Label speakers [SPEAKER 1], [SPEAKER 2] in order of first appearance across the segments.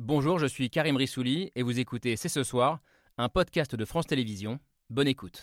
[SPEAKER 1] Bonjour, je suis Karim Rissouli et vous écoutez C'est ce soir, un podcast de France Télévisions. Bonne écoute.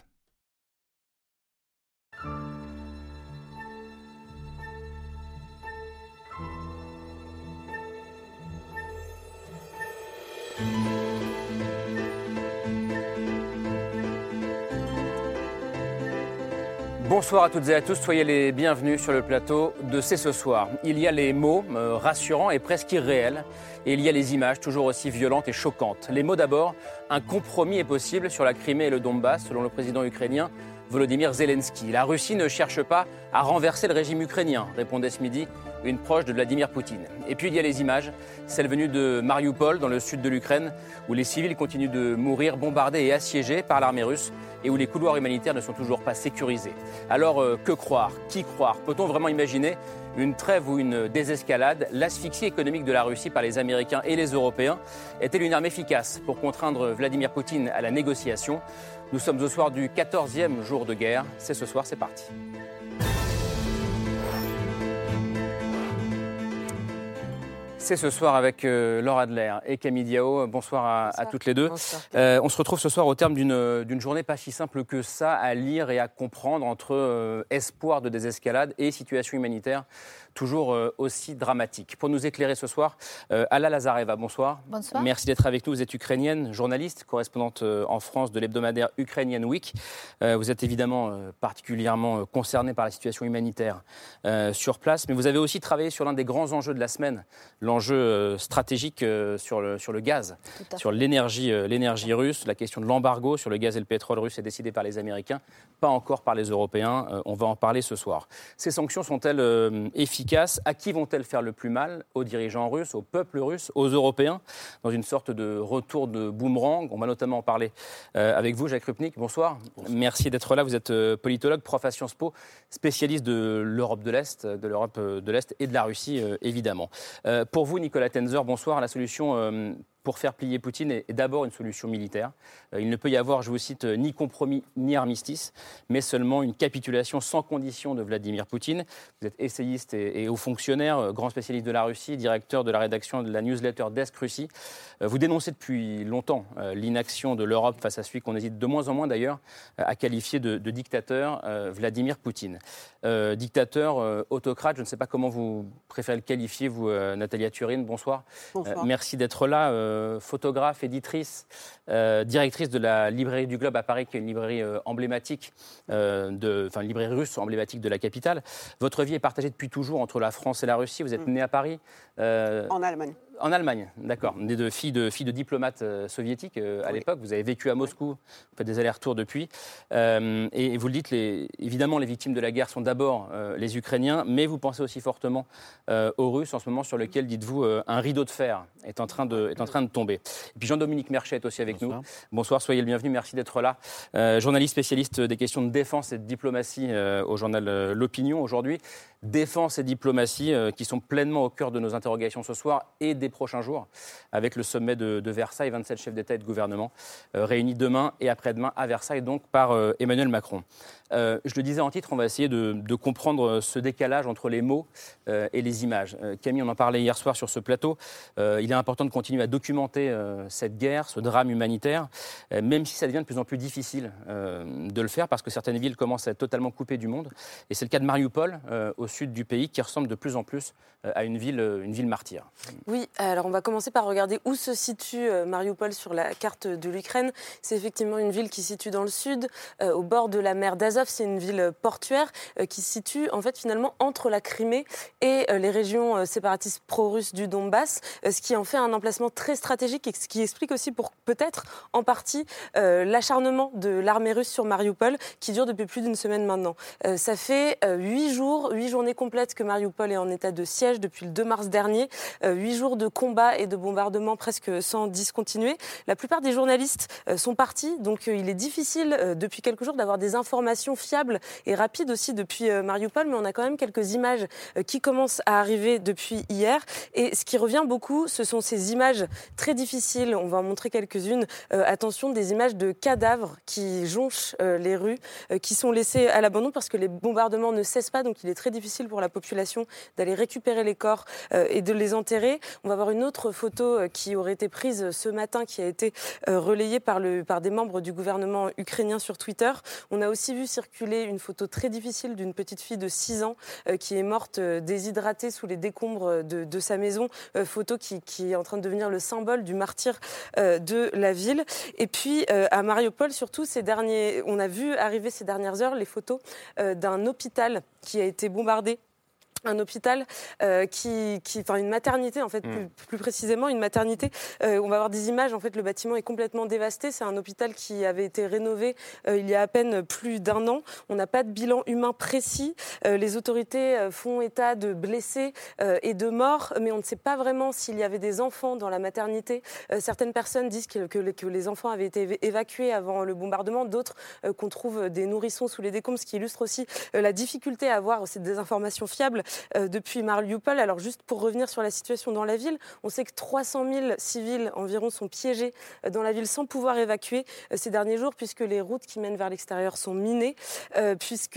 [SPEAKER 1] Bonsoir à toutes et à tous, soyez les bienvenus sur le plateau de C'est ce soir. Il y a les mots rassurants et presque irréels, et il y a les images toujours aussi violentes et choquantes. Les mots d'abord, un compromis est possible sur la Crimée et le Donbass, selon le président ukrainien Volodymyr Zelensky. La Russie ne cherche pas à renverser le régime ukrainien, répondait ce midi une proche de Vladimir Poutine. Et puis il y a les images, celles venues de Mariupol, dans le sud de l'Ukraine, où les civils continuent de mourir bombardés et assiégés par l'armée russe, et où les couloirs humanitaires ne sont toujours pas sécurisés. Alors que croire? Qui croire? Peut-on vraiment imaginer une trêve ou une désescalade? L'asphyxie économique de la Russie par les Américains et les Européens est-elle une arme efficace pour contraindre Vladimir Poutine à la négociation? Nous sommes au soir du 14e jour de guerre. C'est ce soir, c'est parti. C'est ce soir avec Laure Adler et Camille Diao. Bonsoir à toutes les deux. On se retrouve ce soir au terme d'une journée pas si simple que ça à lire et à comprendre entre espoir de désescalade et situation humanitaire toujours aussi dramatique. Pour nous éclairer ce soir, Alla Lazareva, bonsoir.
[SPEAKER 2] Bonsoir.
[SPEAKER 1] Merci d'être avec nous. Vous êtes ukrainienne, journaliste, correspondante en France de l'hebdomadaire Ukrainian Week. Vous êtes évidemment particulièrement concernée par la situation humanitaire sur place, mais vous avez aussi travaillé sur l'un des grands enjeux de la semaine, l'enjeu stratégique sur le gaz, sur l'énergie russe. La question de l'embargo sur le gaz et le pétrole russe est décidée par les Américains, pas encore par les Européens. On va en parler ce soir. Ces sanctions sont-elles efficaces? À qui vont-elles faire le plus mal? Aux dirigeants russes, au peuple russe, aux Européens, dans une sorte de retour de boomerang? On va notamment en parler avec vous, Jacques Rupnik. Bonsoir. Merci d'être là. Vous êtes politologue, prof à Sciences Po, spécialiste de l'Europe de l'Est, et de la Russie, évidemment. Pour vous, Nicolas Tenzer, bonsoir. La solution pour faire plier Poutine est d'abord une solution militaire. Il ne peut y avoir, je vous cite, ni compromis ni armistice, mais seulement une capitulation sans condition de Vladimir Poutine. Vous êtes essayiste et haut fonctionnaire, grand spécialiste de la Russie, directeur de la rédaction de la newsletter Desk Russie. Vous dénoncez depuis longtemps l'inaction de l'Europe face à celui qu'on hésite de moins en moins d'ailleurs à qualifier de dictateur, Vladimir Poutine. Dictateur, autocrate, je ne sais pas comment vous préférez le qualifier, vous, Natalia Turine, bonsoir.
[SPEAKER 2] Bonsoir.
[SPEAKER 1] Merci d'être là. Photographe, éditrice, directrice de la librairie du Globe à Paris, qui est une librairie emblématique, une librairie russe emblématique de la capitale. Votre vie est partagée depuis toujours entre la France et la Russie. Vous êtes née à Paris.
[SPEAKER 2] En Allemagne.
[SPEAKER 1] En Allemagne, d'accord. Née de fille de diplomates soviétiques à l'époque. Vous avez vécu à Moscou, vous faites des allers-retours depuis. Et vous le dites, évidemment, les victimes de la guerre sont d'abord les Ukrainiens, mais vous pensez aussi fortement aux Russes en ce moment, sur lequel, dites-vous, un rideau de fer est en train de tomber. Et puis Jean-Dominique Merchet est aussi avec nous. Bonsoir, soyez le bienvenu, merci d'être là. Journaliste spécialiste des questions de défense et de diplomatie au journal L'Opinion aujourd'hui. Défense et diplomatie qui sont pleinement au cœur de nos interrogations ce soir et des prochains jours, avec le sommet de Versailles, 27 chefs d'État et de gouvernement réunis demain et après-demain à Versailles, donc par Emmanuel Macron. Je le disais en titre, on va essayer de comprendre ce décalage entre les mots et les images. Camille, on en parlait hier soir sur ce plateau. Il est important de continuer à documenter cette guerre, ce drame humanitaire, même si ça devient de plus en plus difficile de le faire, parce que certaines villes commencent à être totalement coupées du monde. Et c'est le cas de Mariupol, au sud du pays, qui ressemble de plus en plus à une ville martyre.
[SPEAKER 3] Oui, alors on va commencer par regarder où se situe Mariupol sur la carte de l'Ukraine. C'est effectivement une ville qui se situe dans le sud, au bord de la mer d'Azov. C'est une ville portuaire qui se situe en fait finalement entre la Crimée et les régions séparatistes pro-russes du Donbass, ce qui en fait un emplacement très stratégique et ce qui explique aussi pour peut-être en partie l'acharnement de l'armée russe sur Mariupol qui dure depuis plus d'une semaine maintenant. Ça fait 8 journées complètes que Mariupol est en état de siège depuis le 2 mars dernier, 8 jours de combats et de bombardements presque sans discontinuer. La plupart des journalistes sont partis, donc il est difficile depuis quelques jours d'avoir des informations fiables et rapides aussi depuis Mariupol, mais on a quand même quelques images qui commencent à arriver depuis hier. Et ce qui revient beaucoup, ce sont ces images très difficiles, on va en montrer quelques-unes. Attention, des images de cadavres qui jonchent les rues, qui sont laissés à l'abandon parce que les bombardements ne cessent pas, donc il est très difficile pour la population d'aller récupérer les corps et de les enterrer. On va voir une autre photo qui aurait été prise ce matin, qui a été relayée par des membres du gouvernement ukrainien sur Twitter. On a aussi vu circuler une photo très difficile d'une petite fille de 6 ans qui est morte déshydratée sous les décombres de sa maison. Photo qui est en train de devenir le symbole du martyre de la ville. Et puis à Mariupol, surtout, on a vu arriver ces dernières heures les photos d'un hôpital qui a été bombardé. Un hôpital une maternité en fait, plus précisément une maternité. On va avoir des images. En fait, le bâtiment est complètement dévasté. C'est un hôpital qui avait été rénové il y a à peine plus d'1 an. On n'a pas de bilan humain précis. Les autorités font état de blessés et de morts, mais on ne sait pas vraiment s'il y avait des enfants dans la maternité. Certaines personnes disent que les enfants avaient été évacués avant le bombardement. D'autres qu'on trouve des nourrissons sous les décombres, ce qui illustre aussi la difficulté à avoir des informations fiables depuis Mariupol. Alors juste pour revenir sur la situation dans la ville, on sait que 300 000 civils environ sont piégés dans la ville sans pouvoir évacuer ces derniers jours, puisque les routes qui mènent vers l'extérieur sont minées, puisque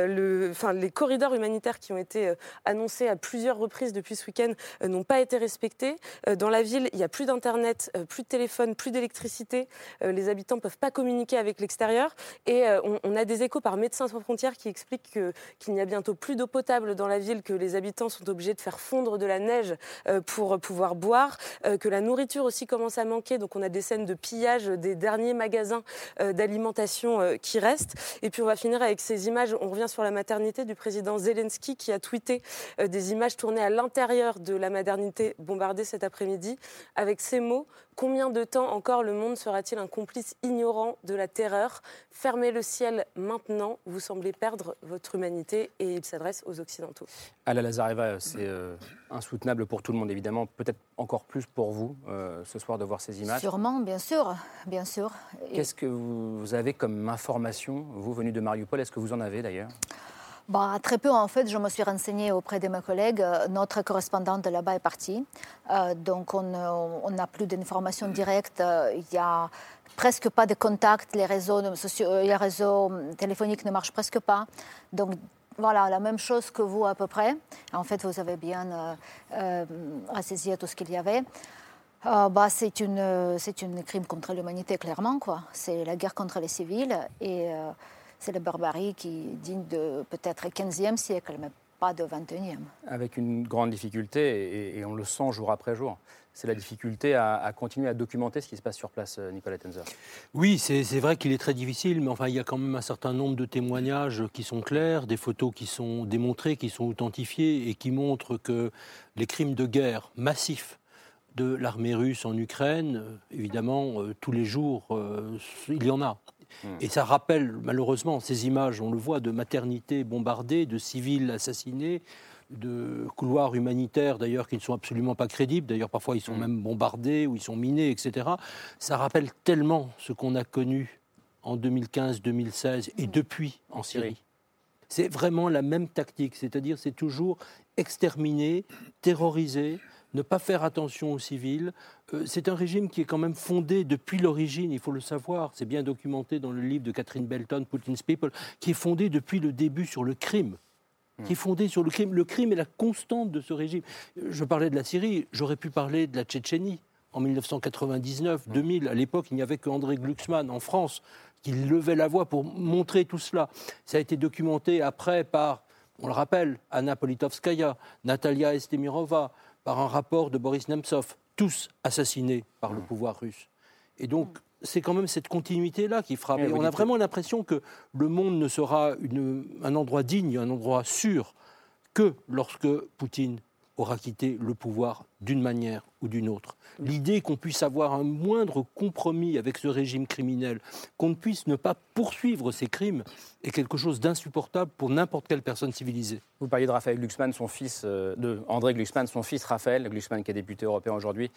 [SPEAKER 3] les corridors humanitaires qui ont été annoncés à plusieurs reprises depuis ce week-end n'ont pas été respectés. Dans la ville, il n'y a plus d'internet, plus de téléphone, plus d'électricité. Les habitants ne peuvent pas communiquer avec l'extérieur. Et on a des échos par Médecins sans frontières qui expliquent qu'il n'y a bientôt plus d'eau potable dans la ville, que les habitants sont obligés de faire fondre de la neige pour pouvoir boire, que la nourriture aussi commence à manquer. Donc on a des scènes de pillage des derniers magasins d'alimentation qui restent. Et puis on va finir avec ces images. On revient sur la maternité du président Zelensky qui a tweeté des images tournées à l'intérieur de la maternité bombardée cet après-midi avec ces mots: combien de temps encore le monde sera-t-il un complice ignorant de la terreur? Fermez le ciel maintenant, vous semblez perdre votre humanité. Et il s'adresse aux Occidentaux.
[SPEAKER 1] Alla Lazareva, c'est insoutenable pour tout le monde, évidemment, peut-être encore plus pour vous, ce soir, de voir ces images.
[SPEAKER 2] Sûrement, bien sûr, bien sûr.
[SPEAKER 1] Qu'est-ce que vous avez comme information, vous, venue de Mariupol? Est-ce que vous en avez, d'ailleurs?
[SPEAKER 2] Très peu, en fait. Je me suis renseignée auprès de mes collègues. Notre correspondante là-bas est partie. Donc, on n'a plus d'informations directes. Il n'y a presque pas de contact. Les réseaux téléphoniques ne marchent presque pas. Donc, voilà, la même chose que vous à peu près. En fait, vous avez bien ressaisi tout ce qu'il y avait. C'est un crime contre l'humanité, clairement, quoi. C'est la guerre contre les civils et c'est la barbarie qui est digne de peut-être 15e siècle, mais pas de 21e.
[SPEAKER 1] Avec une grande difficulté, et on le sent jour après jour. C'est la difficulté à continuer à documenter ce qui se passe sur place, Nicolas Tenzer.
[SPEAKER 4] Oui, c'est vrai qu'il est très difficile, mais enfin, il y a quand même un certain nombre de témoignages qui sont clairs, des photos qui sont démontrées, qui sont authentifiées et qui montrent que les crimes de guerre massifs de l'armée russe en Ukraine, évidemment, tous les jours, il y en a. Et ça rappelle malheureusement ces images, on le voit, de maternités bombardées, de civils assassinés, de couloirs humanitaires d'ailleurs qui ne sont absolument pas crédibles. D'ailleurs parfois ils sont même bombardés ou ils sont minés, etc. Ça rappelle tellement ce qu'on a connu en 2015-2016 et depuis en Syrie. C'est vraiment la même tactique, c'est-à-dire c'est toujours exterminer, terroriser, ne pas faire attention aux civils. C'est un régime qui est quand même fondé depuis l'origine, il faut le savoir, c'est bien documenté dans le livre de Catherine Belton, Putin's People, qui est fondé depuis le début sur le crime. Qui est fondé sur le crime. Le crime est la constante de ce régime. Je parlais de la Syrie, j'aurais pu parler de la Tchétchénie. En 1999-2000, à l'époque, il n'y avait que André Glucksmann en France qui levait la voix pour montrer tout cela. Ça a été documenté après par, on le rappelle, Anna Politkovskaya, Natalia Estemirova, par un rapport de Boris Nemtsov, tous assassinés par le pouvoir russe. Et donc, c'est quand même cette continuité-là qui frappe. Et on a vraiment l'impression que le monde ne sera un endroit digne, un endroit sûr, que lorsque Poutine aura quitté le pouvoir d'une manière ou d'une autre. L'idée qu'on puisse avoir un moindre compromis avec ce régime criminel, qu'on ne puisse ne pas poursuivre ces crimes, est quelque chose d'insupportable pour n'importe quelle personne civilisée.
[SPEAKER 1] Vous parliez de Raphaël Glucksmann, son fils, de André Glucksmann, son fils Raphaël Glucksmann, qui est député européen aujourd'hui,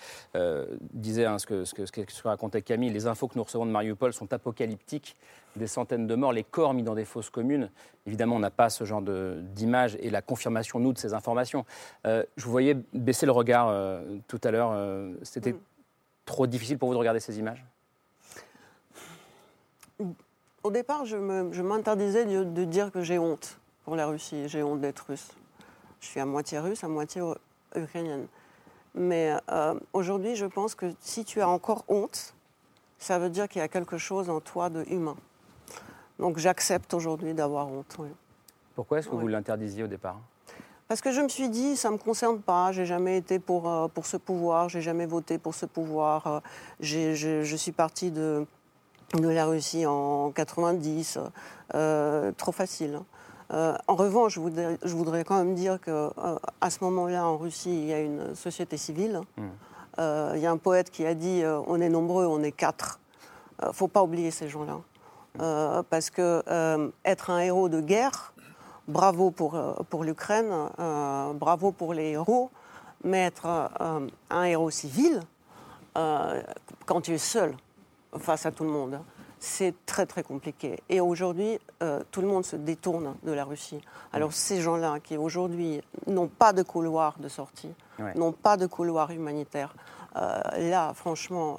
[SPEAKER 1] disait ce que racontait Camille, les infos que nous recevons de Mariupol sont apocalyptiques, des centaines de morts, les corps mis dans des fosses communes. Évidemment, on n'a pas ce genre d'image et la confirmation, nous, de ces informations. Je vous voyais baisser le regard tout à l'heure. C'était trop difficile pour vous de regarder ces images ?
[SPEAKER 5] Au départ, je m'interdisais de dire que j'ai honte pour la Russie. J'ai honte d'être russe. Je suis à moitié russe, à moitié ukrainienne. Mais aujourd'hui, je pense que si tu as encore honte, ça veut dire qu'il y a quelque chose en toi de humain. Donc j'accepte aujourd'hui d'avoir honte. Oui.
[SPEAKER 1] Pourquoi est-ce que vous l'interdisiez au départ ?
[SPEAKER 5] Parce que je me suis dit, ça ne me concerne pas, j'ai jamais été pour ce pouvoir, j'ai jamais voté pour ce pouvoir. Je suis partie de la Russie en 90, trop facile. En revanche, je voudrais quand même dire qu'à ce moment-là, en Russie, il y a une société civile. Il y a un poète qui a dit « on est nombreux, on est 4 ». Il ne faut pas oublier ces gens-là. Parce que être un héros de guerre, bravo pour l'Ukraine, bravo pour les héros, mais être un héros civil, quand tu es seul face à tout le monde, c'est très très compliqué. Et aujourd'hui, tout le monde se détourne de la Russie. Alors ces gens-là qui aujourd'hui n'ont pas de couloir de sortie, n'ont pas de couloir humanitaire, là franchement,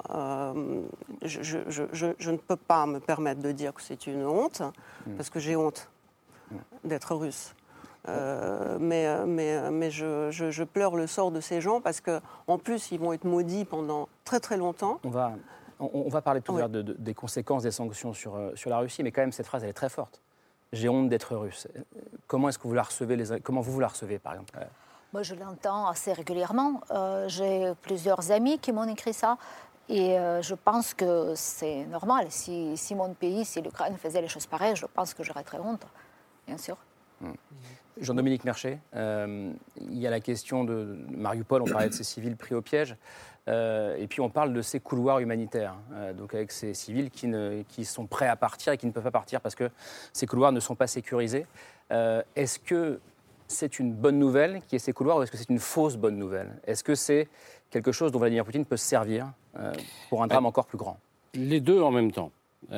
[SPEAKER 5] je ne peux pas me permettre de dire que c'est une honte, parce que j'ai honte d'être russe. Mais je pleure le sort de ces gens parce qu'en plus, ils vont être maudits pendant très très longtemps.
[SPEAKER 1] On va parler tout à l'heure des conséquences des sanctions sur la Russie, mais quand même, cette phrase, elle est très forte. J'ai honte d'être russe. Comment est-ce que vous la recevez comment vous la recevez, par exemple ?
[SPEAKER 2] Moi, je l'entends assez régulièrement. J'ai plusieurs amis qui m'ont écrit ça. Et je pense que c'est normal. Si mon pays, si l'Ukraine faisait les choses pareilles, je pense que j'aurais très honte, bien sûr.
[SPEAKER 1] Jean-Dominique Merchet, il y a la question de Mariupol, on parlait de ces civils pris au piège, et puis on parle de ces couloirs humanitaires, donc avec ces civils qui sont prêts à partir et qui ne peuvent pas partir parce que ces couloirs ne sont pas sécurisés. Est-ce que c'est une bonne nouvelle qu'il y ait ces couloirs ou est-ce que c'est une fausse bonne nouvelle ? Est-ce que c'est quelque chose dont Vladimir Poutine peut se servir pour un drame encore plus grand ?
[SPEAKER 6] Les deux en même temps.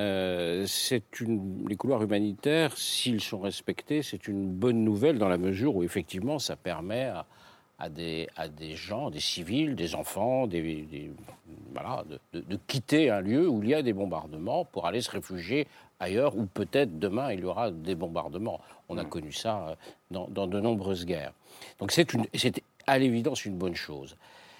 [SPEAKER 6] Les couloirs humanitaires, s'ils sont respectés, c'est une bonne nouvelle dans la mesure où effectivement ça permet à des gens, des civils, des enfants, voilà, de quitter un lieu où il y a des bombardements pour aller se réfugier ailleurs où peut-être demain il y aura des bombardements. On a connu ça dans de nombreuses guerres. Donc c'est à l'évidence une bonne chose.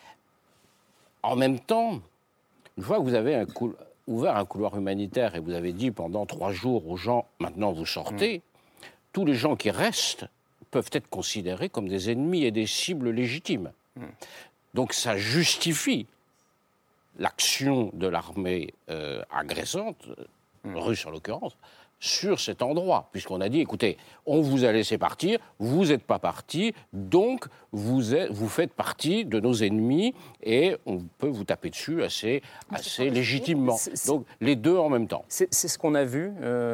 [SPEAKER 6] En même temps, une fois que vous avez ouvert un couloir humanitaire et vous avez dit pendant 3 jours aux gens, maintenant vous sortez, tous les gens qui restent peuvent être considérés comme des ennemis et des cibles légitimes. Donc ça justifie l'action de l'armée agressante, russe en l'occurrence, sur cet endroit, puisqu'on a dit, écoutez, on vous a laissé partir, vous n'êtes pas parti, donc vous faites partie de nos ennemis et on peut vous taper dessus assez légitimement. Donc les deux en même temps.
[SPEAKER 1] C'est ce qu'on a vu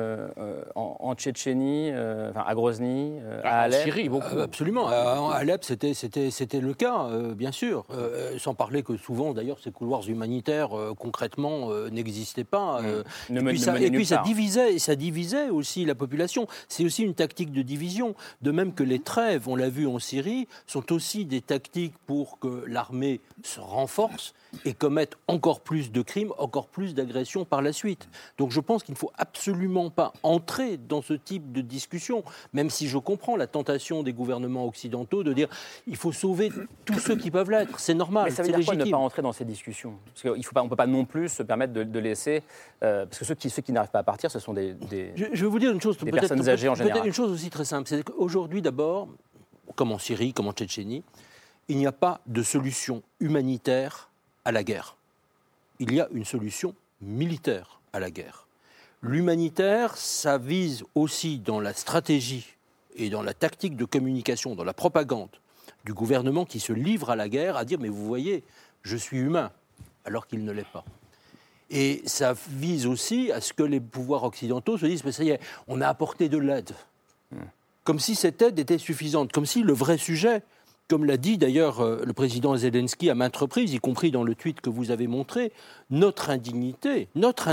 [SPEAKER 1] en Tchétchénie, à Grozny, à Alep.
[SPEAKER 6] En Syrie, beaucoup.
[SPEAKER 4] Absolument. À Alep, c'était le cas, bien sûr. Sans parler que souvent, d'ailleurs, ces couloirs humanitaires, concrètement, n'existaient pas. Et puis ça divisait aussi la population. C'est aussi une tactique de division. De même que les trêves, on l'a vu en Syrie, sont aussi des tactiques pour que l'armée se renforce et commette encore plus de crimes, encore plus d'agressions par la suite. Donc je pense qu'il ne faut absolument pas entrer dans ce type de discussion, même si je comprends la tentation des gouvernements occidentaux de dire il faut sauver tous ceux qui peuvent l'être. C'est normal,
[SPEAKER 1] mais ça veut dire quoi ne pas entrer dans ces discussions ? Parce qu'on ne peut pas non plus se permettre de laisser... parce que ceux qui n'arrivent pas à partir, ce sont
[SPEAKER 4] Je vais vous dire une chose,
[SPEAKER 1] des personnes âgées en général.
[SPEAKER 4] Peut-être une chose aussi très simple, c'est qu'aujourd'hui d'abord, comme en Syrie, comme en Tchétchénie, il n'y a pas de solution humanitaire à la guerre. Il y a une solution militaire à la guerre. L'humanitaire, ça vise aussi dans la stratégie et dans la tactique de communication, dans la propagande du gouvernement qui se livre à la guerre, à dire « mais vous voyez, je suis humain », alors qu'il ne l'est pas. Et ça vise aussi à ce que les pouvoirs occidentaux se disent « mais ça y est, on a apporté de l'aide ». Comme si cette aide était suffisante, comme si le vrai sujet, comme l'a dit d'ailleurs le président Zelensky à maintes reprises, y compris dans le tweet que vous avez montré, notre indignité,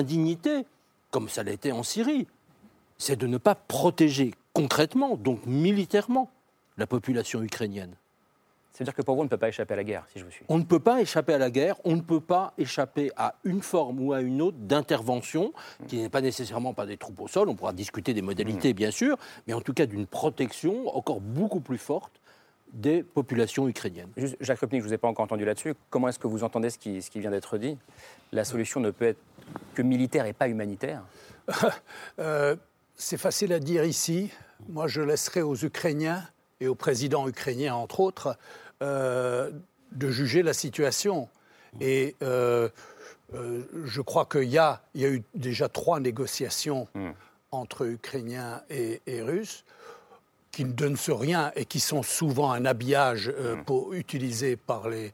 [SPEAKER 4] comme ça l'a été en Syrie, c'est de ne pas protéger concrètement, donc militairement, la population ukrainienne.
[SPEAKER 1] C'est-à-dire que pour vous, on ne peut pas échapper à la guerre, si je vous suis.
[SPEAKER 4] On ne peut pas échapper à la guerre, on ne peut pas échapper à une forme ou à une autre d'intervention, qui n'est pas nécessairement par des troupes au sol, on pourra discuter des modalités bien sûr, mais en tout cas d'une protection encore beaucoup plus forte des populations ukrainiennes.
[SPEAKER 1] Juste, Jacques Rupnik, je ne vous ai pas encore entendu là-dessus. Comment est-ce que vous entendez ce qui vient d'être dit? La solution ne peut être que militaire et pas humanitaire?
[SPEAKER 7] C'est facile à dire ici. Moi, je laisserai aux Ukrainiens et au président ukrainien, entre autres, de juger la situation. Et je crois qu'il y a eu déjà 3 négociations entre Ukrainiens et Russes qui ne donnent sur rien et qui sont souvent un habillage utilisé par les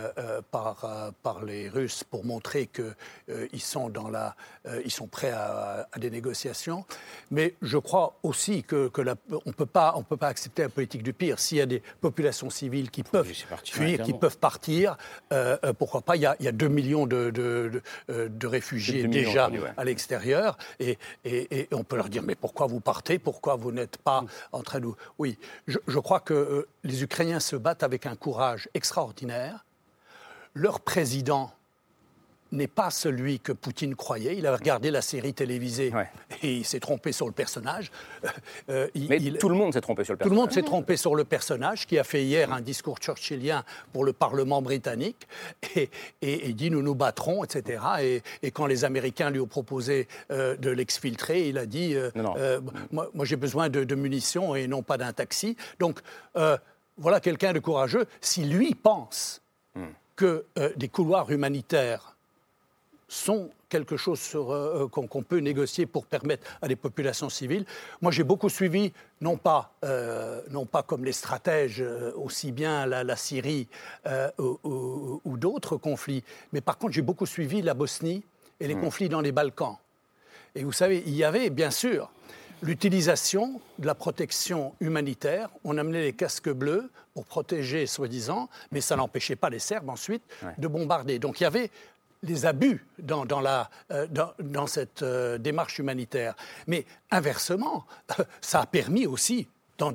[SPEAKER 7] Russes pour montrer qu'ils sont, ils sont prêts à des négociations. Mais je crois aussi qu'on ne peut pas accepter la politique du pire. S'il y a des populations civiles qui peuvent fuir, qui peuvent partir, pourquoi pas? Il y a 2 millions de réfugiés déjà à l'extérieur et on peut leur dire mais pourquoi vous partez? Pourquoi vous n'êtes pas en train de... Oui, je crois que les Ukrainiens se battent avec un courage extraordinaire. Leur président n'est pas celui que Poutine croyait. Il a regardé la série télévisée et il s'est trompé sur le personnage.
[SPEAKER 1] Tout le monde s'est trompé sur le personnage.
[SPEAKER 7] Tout le monde s'est trompé sur le personnage qui a fait hier un discours churchillien pour le Parlement britannique et dit nous nous battrons, etc. Et quand les Américains lui ont proposé de l'exfiltrer, il a dit moi j'ai besoin de munitions et non pas d'un taxi. Donc voilà quelqu'un de courageux. Si lui pense que des couloirs humanitaires sont quelque chose qu'on peut négocier pour permettre à des populations civiles. Moi, j'ai beaucoup suivi, non pas comme les stratèges, aussi bien la Syrie ou d'autres conflits, mais par contre, j'ai beaucoup suivi la Bosnie et les conflits dans les Balkans. Et vous savez, il y avait, bien sûr, l'utilisation de la protection humanitaire. On amenait les casques bleus pour protéger, soi-disant, mais ça n'empêchait pas les Serbes, ensuite, de bombarder. Donc, il y avait les abus dans cette démarche humanitaire. Mais inversement, ça a permis aussi,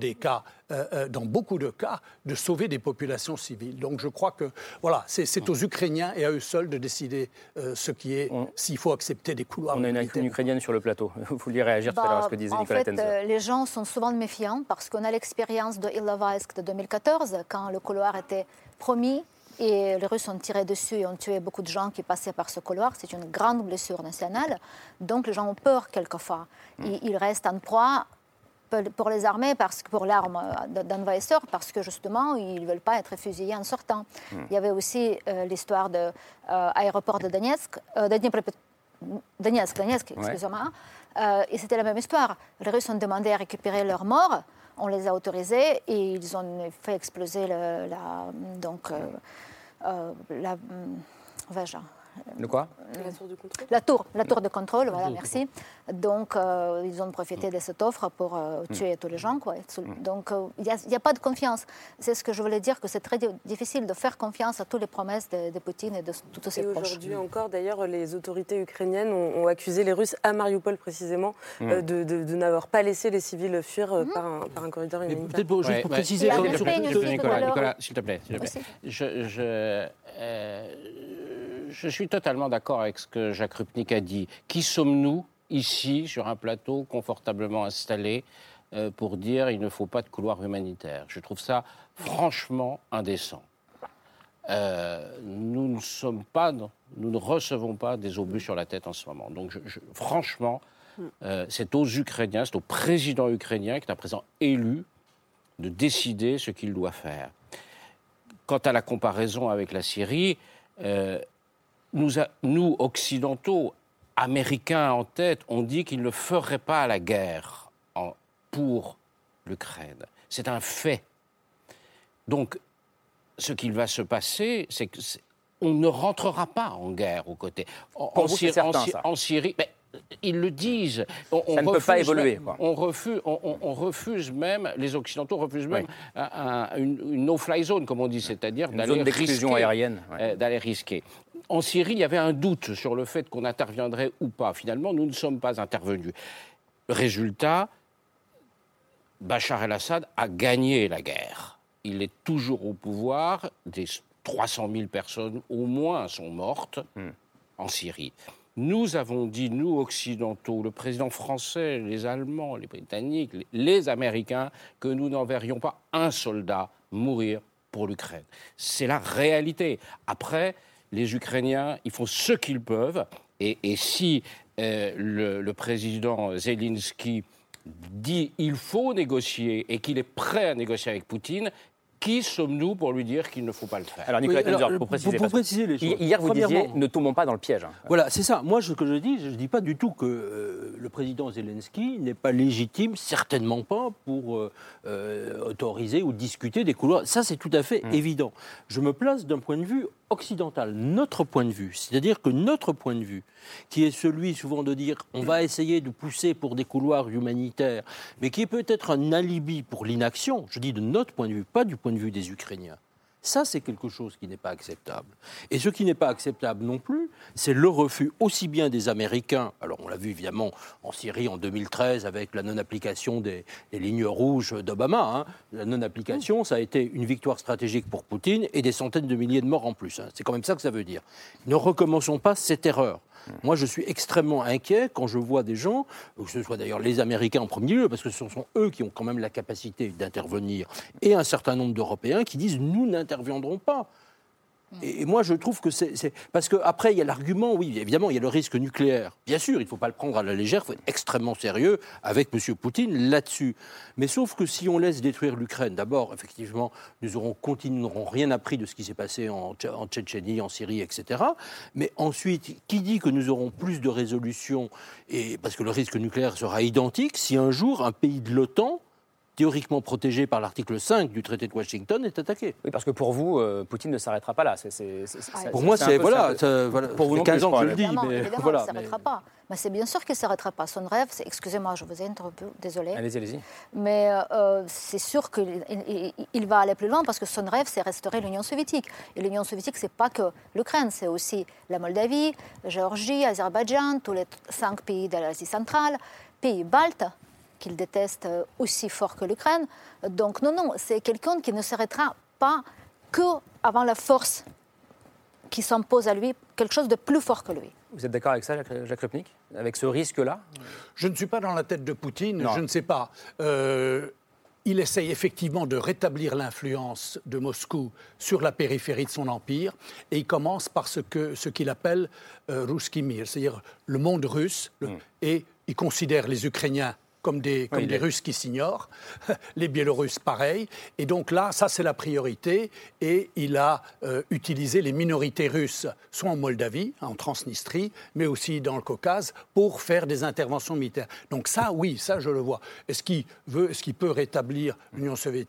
[SPEAKER 7] dans beaucoup de cas, de sauver des populations civiles. Donc je crois que voilà, c'est aux Ukrainiens et à eux seuls de décider s'il faut accepter des couloirs humanitaires.
[SPEAKER 1] On a une Ukrainienne sur le plateau. Vous vouliez réagir tout à l'heure à ce que disait Nicolas Tenzer.
[SPEAKER 2] En fait, les gens sont souvent méfiants parce qu'on a l'expérience de Ilovaisk de 2014, quand le couloir était promis. Et les Russes ont tiré dessus et ont tué beaucoup de gens qui passaient par ce couloir. C'est une grande blessure nationale. Donc les gens ont peur quelquefois. Ils restent en proie pour les armées, pour l'arme d'envahisseurs, parce que justement, ils ne veulent pas être fusillés en sortant. Il y avait aussi l'histoire de l'aéroport de Donetsk, excusez-moi. Et c'était la même histoire. Les Russes ont demandé à récupérer leurs morts. On les a autorisés et ils ont fait exploser
[SPEAKER 1] Le quoi?
[SPEAKER 3] La tour de contrôle.
[SPEAKER 2] La tour de contrôle, voilà, merci. Donc, ils ont profité de cette offre pour tuer tous les gens, quoi. Donc, il n'y a pas de confiance. C'est ce que je voulais dire, que c'est très difficile de faire confiance à toutes les promesses de Poutine et de tous ses proches.
[SPEAKER 3] Aujourd'hui encore, d'ailleurs, les autorités ukrainiennes ont accusé les Russes, à Mariupol précisément, de n'avoir pas laissé les civils fuir par un corridor humanitaire.
[SPEAKER 4] Peut-être juste pour préciser...
[SPEAKER 6] Nicolas, s'il te plaît. Je suis totalement d'accord avec ce que Jacques Rupnik a dit. Qui sommes-nous, ici, sur un plateau confortablement installé, pour dire qu'il ne faut pas de couloir humanitaire? Je trouve ça franchement indécent. Nous ne recevons pas des obus sur la tête en ce moment. Donc, franchement, c'est aux Ukrainiens, c'est au président ukrainien, qui est un président élu, de décider ce qu'il doit faire. Quant à la comparaison avec la Syrie... Nous, occidentaux, américains en tête, on dit qu'ils ne feraient pas la guerre pour l'Ukraine. C'est un fait. Donc, ce qu'il va se passer, c'est qu'on ne rentrera pas en guerre aux côtés.
[SPEAKER 1] En
[SPEAKER 6] Syrie, mais ils le disent.
[SPEAKER 1] Ça ne peut pas évoluer.
[SPEAKER 6] On refuse même, les Occidentaux refusent même une no-fly zone, comme on dit, c'est-à-dire d'aller
[SPEAKER 1] d'exclusion aérienne.
[SPEAKER 6] D'aller risquer. En Syrie, il y avait un doute sur le fait qu'on interviendrait ou pas. Finalement, nous ne sommes pas intervenus. Résultat, Bachar el-Assad a gagné la guerre. Il est toujours au pouvoir. Des 300 000 personnes au moins sont mortes en Syrie. Nous avons dit, nous occidentaux, le président français, les Allemands, les Britanniques, les Américains, que nous n'enverrions pas un soldat mourir pour l'Ukraine. C'est la réalité. Après, les Ukrainiens, ils font ce qu'ils peuvent. Et si le président Zelensky dit qu'il faut négocier et qu'il est prêt à négocier avec Poutine, qui sommes-nous pour lui dire qu'il ne faut pas le faire?
[SPEAKER 1] Alors Nicolas Tenzer, pour préciser
[SPEAKER 4] les choses.
[SPEAKER 1] Hier, vous disiez, ne tombons pas dans le piège.
[SPEAKER 4] Voilà, c'est ça. Moi, ce que je dis pas du tout que le président Zelensky n'est pas légitime, certainement pas, pour autoriser ou discuter des couloirs. Ça, c'est tout à fait évident. Je me place d'un point de vue occidental, notre point de vue. C'est-à-dire que notre point de vue, qui est celui souvent de dire on va essayer de pousser pour des couloirs humanitaires, mais qui est peut-être un alibi pour l'inaction, je dis de notre point de vue, pas du point de vue des Ukrainiens. Ça, c'est quelque chose qui n'est pas acceptable. Et ce qui n'est pas acceptable non plus, c'est le refus aussi bien des Américains, alors on l'a vu évidemment en Syrie en 2013 avec la non-application des lignes rouges d'Obama. La non-application, ça a été une victoire stratégique pour Poutine et des centaines de milliers de morts en plus. C'est quand même ça que ça veut dire. Ne recommençons pas cette erreur. Moi, je suis extrêmement inquiet quand je vois des gens, que ce soit d'ailleurs les Américains en premier lieu, parce que ce sont eux qui ont quand même la capacité d'intervenir, et un certain nombre d'Européens qui disent « nous n'interviendrons pas ». Et moi, je trouve que c'est... Parce qu'après, il y a l'argument, oui, évidemment, il y a le risque nucléaire. Bien sûr, il ne faut pas le prendre à la légère, il faut être extrêmement sérieux avec M. Poutine là-dessus. Mais sauf que si on laisse détruire l'Ukraine, d'abord, effectivement, nous n'aurons rien appris de ce qui s'est passé en Tchétchénie, en Syrie, etc. Mais ensuite, qui dit que nous aurons plus de résolution, parce que le risque nucléaire sera identique, si un jour, un pays de l'OTAN, théoriquement protégé par l'article 5 du traité de Washington, est attaqué.
[SPEAKER 1] Oui, parce que pour vous, Poutine ne s'arrêtera pas là.
[SPEAKER 4] Pour moi, c'est... Voilà,
[SPEAKER 1] pour vous,
[SPEAKER 4] 15 ans que je le dis.
[SPEAKER 2] Évidemment,
[SPEAKER 4] mais
[SPEAKER 2] évidemment,
[SPEAKER 4] voilà,
[SPEAKER 2] il ne s'arrêtera pas. Mais c'est bien sûr qu'il ne s'arrêtera pas. Son rêve, c'est... Excusez-moi, je vous ai interrompu, désolée.
[SPEAKER 1] Allez-y.
[SPEAKER 2] Mais c'est sûr qu'il va aller plus loin parce que son rêve, c'est restaurer l'Union soviétique. Et l'Union soviétique, ce n'est pas que l'Ukraine, c'est aussi la Moldavie, la Géorgie, l'Azerbaïdjan, tous les 5 pays de l'Asie centrale, pays baltes, qu'il déteste aussi fort que l'Ukraine. Donc non, c'est quelqu'un qui ne s'arrêtera pas qu'avant la force qui s'impose à lui, quelque chose de plus fort que lui.
[SPEAKER 1] Vous êtes d'accord avec ça, Jacques Lepnik, avec ce risque-là?
[SPEAKER 7] Je ne suis pas dans la tête de Poutine,
[SPEAKER 1] non.
[SPEAKER 7] Je ne sais pas. Il essaye effectivement de rétablir l'influence de Moscou sur la périphérie de son empire, et il commence par ce qu'il appelle Ruski Mir, c'est-à-dire le monde russe, et il considère les Ukrainiens comme des Russes qui s'ignorent, les Biélorusses pareil. Et donc là, ça c'est la priorité. Et il a utilisé les minorités russes, soit en Moldavie, en Transnistrie, mais aussi dans le Caucase, pour faire des interventions militaires. Donc ça, oui, ça je le vois. Est-ce qu'il peut rétablir l'Union soviétique ?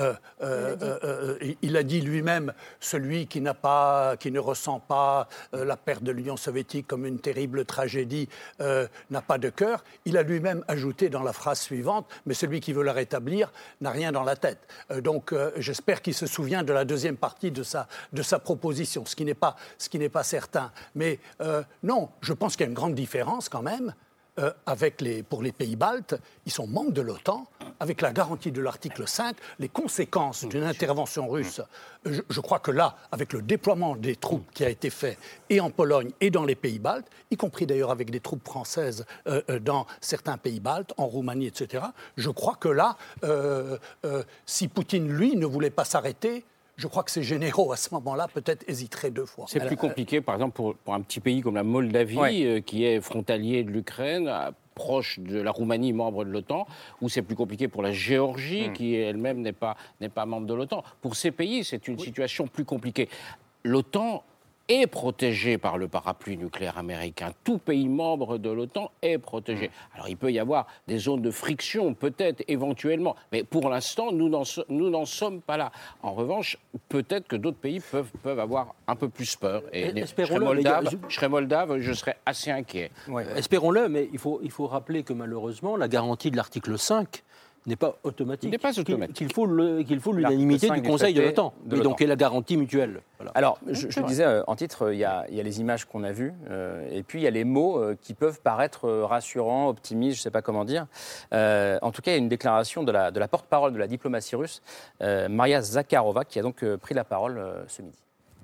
[SPEAKER 7] Il a dit lui-même, celui qui ne ressent pas la perte de l'Union soviétique comme une terrible tragédie, n'a pas de cœur. Il a lui-même ajouté dans la phrase suivante, mais celui qui veut la rétablir n'a rien dans la tête. Donc j'espère qu'il se souvient de la deuxième partie de sa proposition, ce qui n'est pas certain. Mais non, je pense qu'il y a une grande différence quand même. Pour les pays baltes, ils sont membres de l'OTAN, avec la garantie de l'article 5, les conséquences d'une intervention russe. Je crois que là, avec le déploiement des troupes qui a été fait, et en Pologne et dans les pays baltes, y compris d'ailleurs avec des troupes françaises dans certains pays baltes, en Roumanie, etc., je crois que là, si Poutine, lui, ne voulait pas s'arrêter, je crois que ces généraux, à ce moment-là, peut-être hésiteraient 2 fois.
[SPEAKER 6] C'est plus compliqué, par exemple, pour un petit pays comme la Moldavie, qui est frontalier de l'Ukraine, proche de la Roumanie, membre de l'OTAN, ou c'est plus compliqué pour la Géorgie, qui elle-même n'est pas membre de l'OTAN. Pour ces pays, c'est une situation plus compliquée. L'OTAN est protégé par le parapluie nucléaire américain. Tout pays membre de l'OTAN est protégé. Alors il peut y avoir des zones de friction, peut-être, éventuellement, mais pour l'instant, nous n'en sommes pas là. En revanche, peut-être que d'autres pays peuvent avoir un peu plus peur. Et je serais moldave, je serais assez inquiet.
[SPEAKER 4] Ouais. Espérons-le, mais il faut rappeler que malheureusement, la garantie de l'article 5 n'est pas automatique.
[SPEAKER 6] Il n'est pas automatique.
[SPEAKER 4] Qu'il faut l'unanimité du Conseil de l'OTAN. Oui, donc, et la garantie mutuelle. Voilà.
[SPEAKER 1] Alors, je le disais en titre, il y a les images qu'on a vues, et puis il y a les mots qui peuvent paraître rassurants, optimistes, je ne sais pas comment dire. En tout cas, il y a une déclaration de la porte-parole de la diplomatie russe, Maria Zakharova, qui a donc pris la parole ce midi.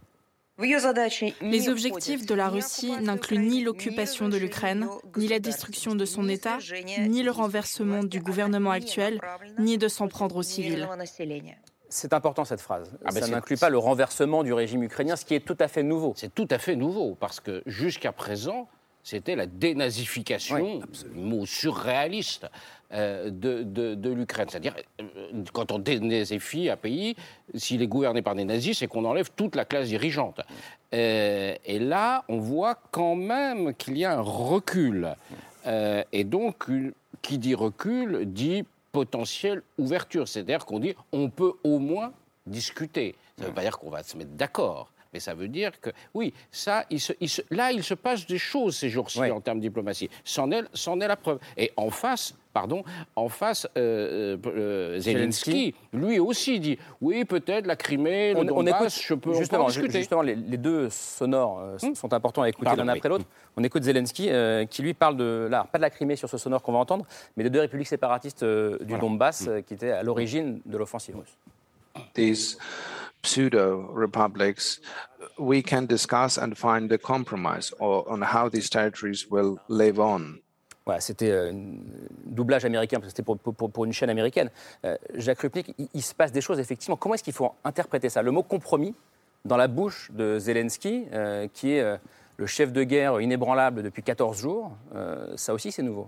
[SPEAKER 8] Les objectifs de la Russie n'incluent ni l'occupation de l'Ukraine, ni la destruction de son État, ni le renversement du gouvernement actuel, ni de s'en prendre aux civils.
[SPEAKER 1] C'est important cette phrase.
[SPEAKER 6] Ben
[SPEAKER 1] ça n'inclut pas le renversement du régime ukrainien, ce qui est tout à fait nouveau.
[SPEAKER 6] C'est tout à fait nouveau, parce que jusqu'à présent, c'était la dénazification, mot surréaliste, de l'Ukraine. C'est-à-dire, quand on dénazifie un pays, s'il est gouverné par des nazis, c'est qu'on enlève toute la classe dirigeante. Et là, on voit quand même qu'il y a un recul. Et donc, qui dit recul, dit potentielle ouverture. C'est-à-dire qu'on dit, on peut au moins discuter. Ça ne veut pas dire qu'on va se mettre d'accord. Mais ça veut dire que, oui, ça, là, il se passe des choses ces jours-ci en termes de diplomatie. C'en est la preuve. Et en face, Zelensky, lui aussi dit, oui, peut-être la Crimée, le Donbass, je peux en discuter.
[SPEAKER 1] Justement, les deux sonores sont importants à écouter l'un après l'autre. On écoute Zelensky, qui lui parle pas de la Crimée sur ce sonore qu'on va entendre, mais de deux républiques séparatistes du Donbass, qui étaient à l'origine de l'offensive russe.
[SPEAKER 9] These pseudo-republics, we can discuss and find a compromise on how these territories will live on.
[SPEAKER 1] Voilà, c'était un doublage américain, parce que c'était pour une chaîne américaine. Jacques Rupnik, il se passe des choses, effectivement. Comment est-ce qu'il faut interpréter ça? Le mot compromis, dans la bouche de Zelensky, qui est le chef de guerre inébranlable depuis 14 jours, ça aussi, c'est nouveau.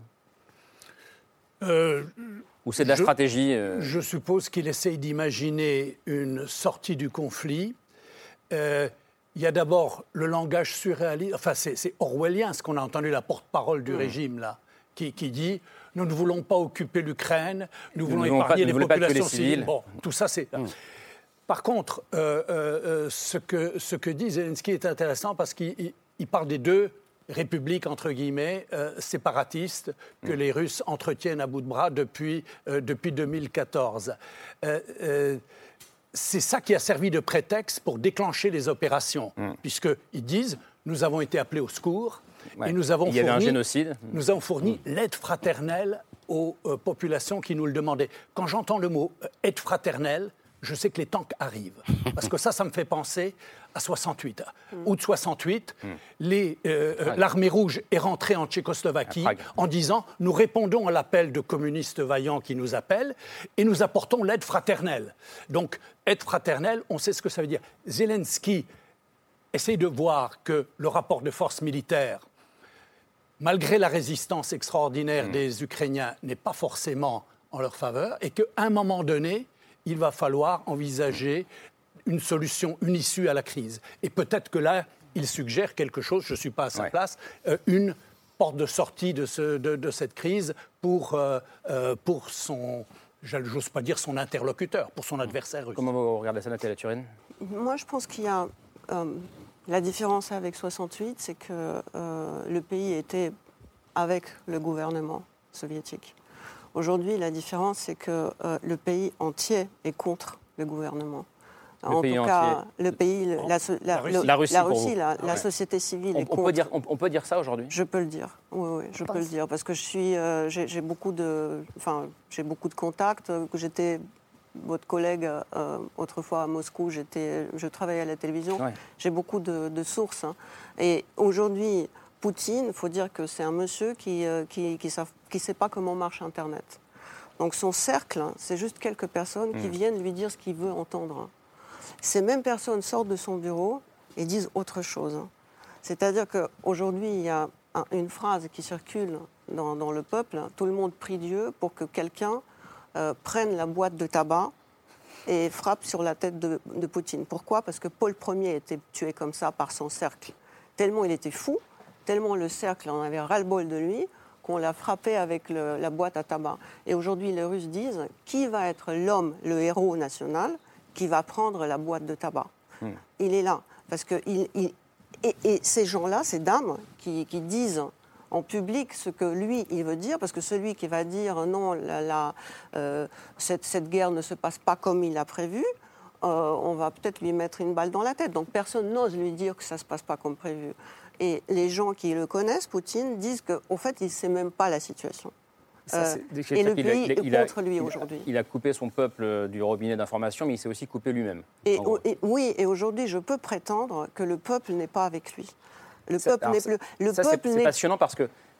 [SPEAKER 1] Ou c'est de la stratégie
[SPEAKER 7] Je suppose qu'il essaye d'imaginer une sortie du conflit. Il y a d'abord le langage surréaliste, enfin c'est orwellien ce qu'on a entendu, la porte-parole du régime là, qui dit « nous ne voulons pas occuper l'Ukraine, nous voulons épargner les populations civiles ». Bon, tout ça c'est... Par contre, ce que dit Zelensky est intéressant parce qu'il parle des deux républiques, entre guillemets, séparatistes que les Russes entretiennent à bout de bras depuis 2014. C'est ça qui a servi de prétexte pour déclencher les opérations, puisqu'ils disent « nous avons été appelés au secours et nous avons
[SPEAKER 1] fourni, un génocide.
[SPEAKER 7] Nous avons fourni l'aide fraternelle aux populations qui nous le demandaient ». Quand j'entends le mot « aide fraternelle », je sais que les tanks arrivent. Parce que ça me fait penser à 68. Août 68, l'armée rouge est rentrée en Tchécoslovaquie en disant « nous répondons à l'appel de communistes vaillants qui nous appellent et nous apportons l'aide fraternelle ». Donc, aide fraternelle, on sait ce que ça veut dire. Zelensky essaie de voir que le rapport de force militaire, malgré la résistance extraordinaire des Ukrainiens, n'est pas forcément en leur faveur et qu'à un moment donné, il va falloir envisager une solution, une issue à la crise. Et peut-être que là, il suggère quelque chose, je ne suis pas à sa place, une porte de sortie de cette crise pour son, j'ose pas dire son interlocuteur, pour son adversaire russe.
[SPEAKER 1] Comment vous regardez ça, Nathalie Turine?
[SPEAKER 5] Moi, je pense qu'il y a... la différence avec 68, c'est que le pays était avec le gouvernement soviétique. Aujourd'hui, la différence, c'est que le pays entier est contre le gouvernement. En tout cas, le pays, la Russie, la société civile est contre.
[SPEAKER 1] On peut dire ça aujourd'hui?
[SPEAKER 5] Je peux le dire. Oui, je peux le dire parce que j'ai beaucoup de contacts. J'étais votre collègue autrefois à Moscou. Je travaillais à la télévision. Ouais. J'ai beaucoup de sources. Hein. Et aujourd'hui, Poutine, il faut dire que c'est un monsieur qui sait pas comment marche Internet. Donc son cercle, c'est juste quelques personnes qui viennent lui dire ce qu'il veut entendre. Ces mêmes personnes sortent de son bureau et disent autre chose. C'est-à-dire qu'aujourd'hui, il y a une phrase qui circule dans le peuple. Tout le monde prie Dieu pour que quelqu'un prenne la boîte de tabac et frappe sur la tête de Poutine. Pourquoi? Parce que Paul Ier a été tué comme ça par son cercle. Tellement il était fou, tellement le cercle en avait ras-le-bol de lui, qu'on l'a frappé avec la boîte à tabac. Et aujourd'hui, les Russes disent qui va être l'homme, le héros national, qui va prendre la boîte de tabac. Il est là. Parce que et ces gens-là, ces dames, qui disent en public ce que lui, il veut dire, parce que celui qui va dire non, cette guerre ne se passe pas comme il a prévu, on va peut-être lui mettre une balle dans la tête. Donc personne n'ose lui dire que ça ne se passe pas comme prévu. Et les gens qui le connaissent, Poutine, disent qu'en fait, il ne sait même pas la situation. Et le pays est contre lui aujourd'hui.
[SPEAKER 1] Il a coupé son peuple du robinet d'information, mais il s'est aussi coupé lui-même.
[SPEAKER 5] Oui, et aujourd'hui, je peux prétendre que le peuple n'est pas avec lui.
[SPEAKER 1] C'est passionnant parce que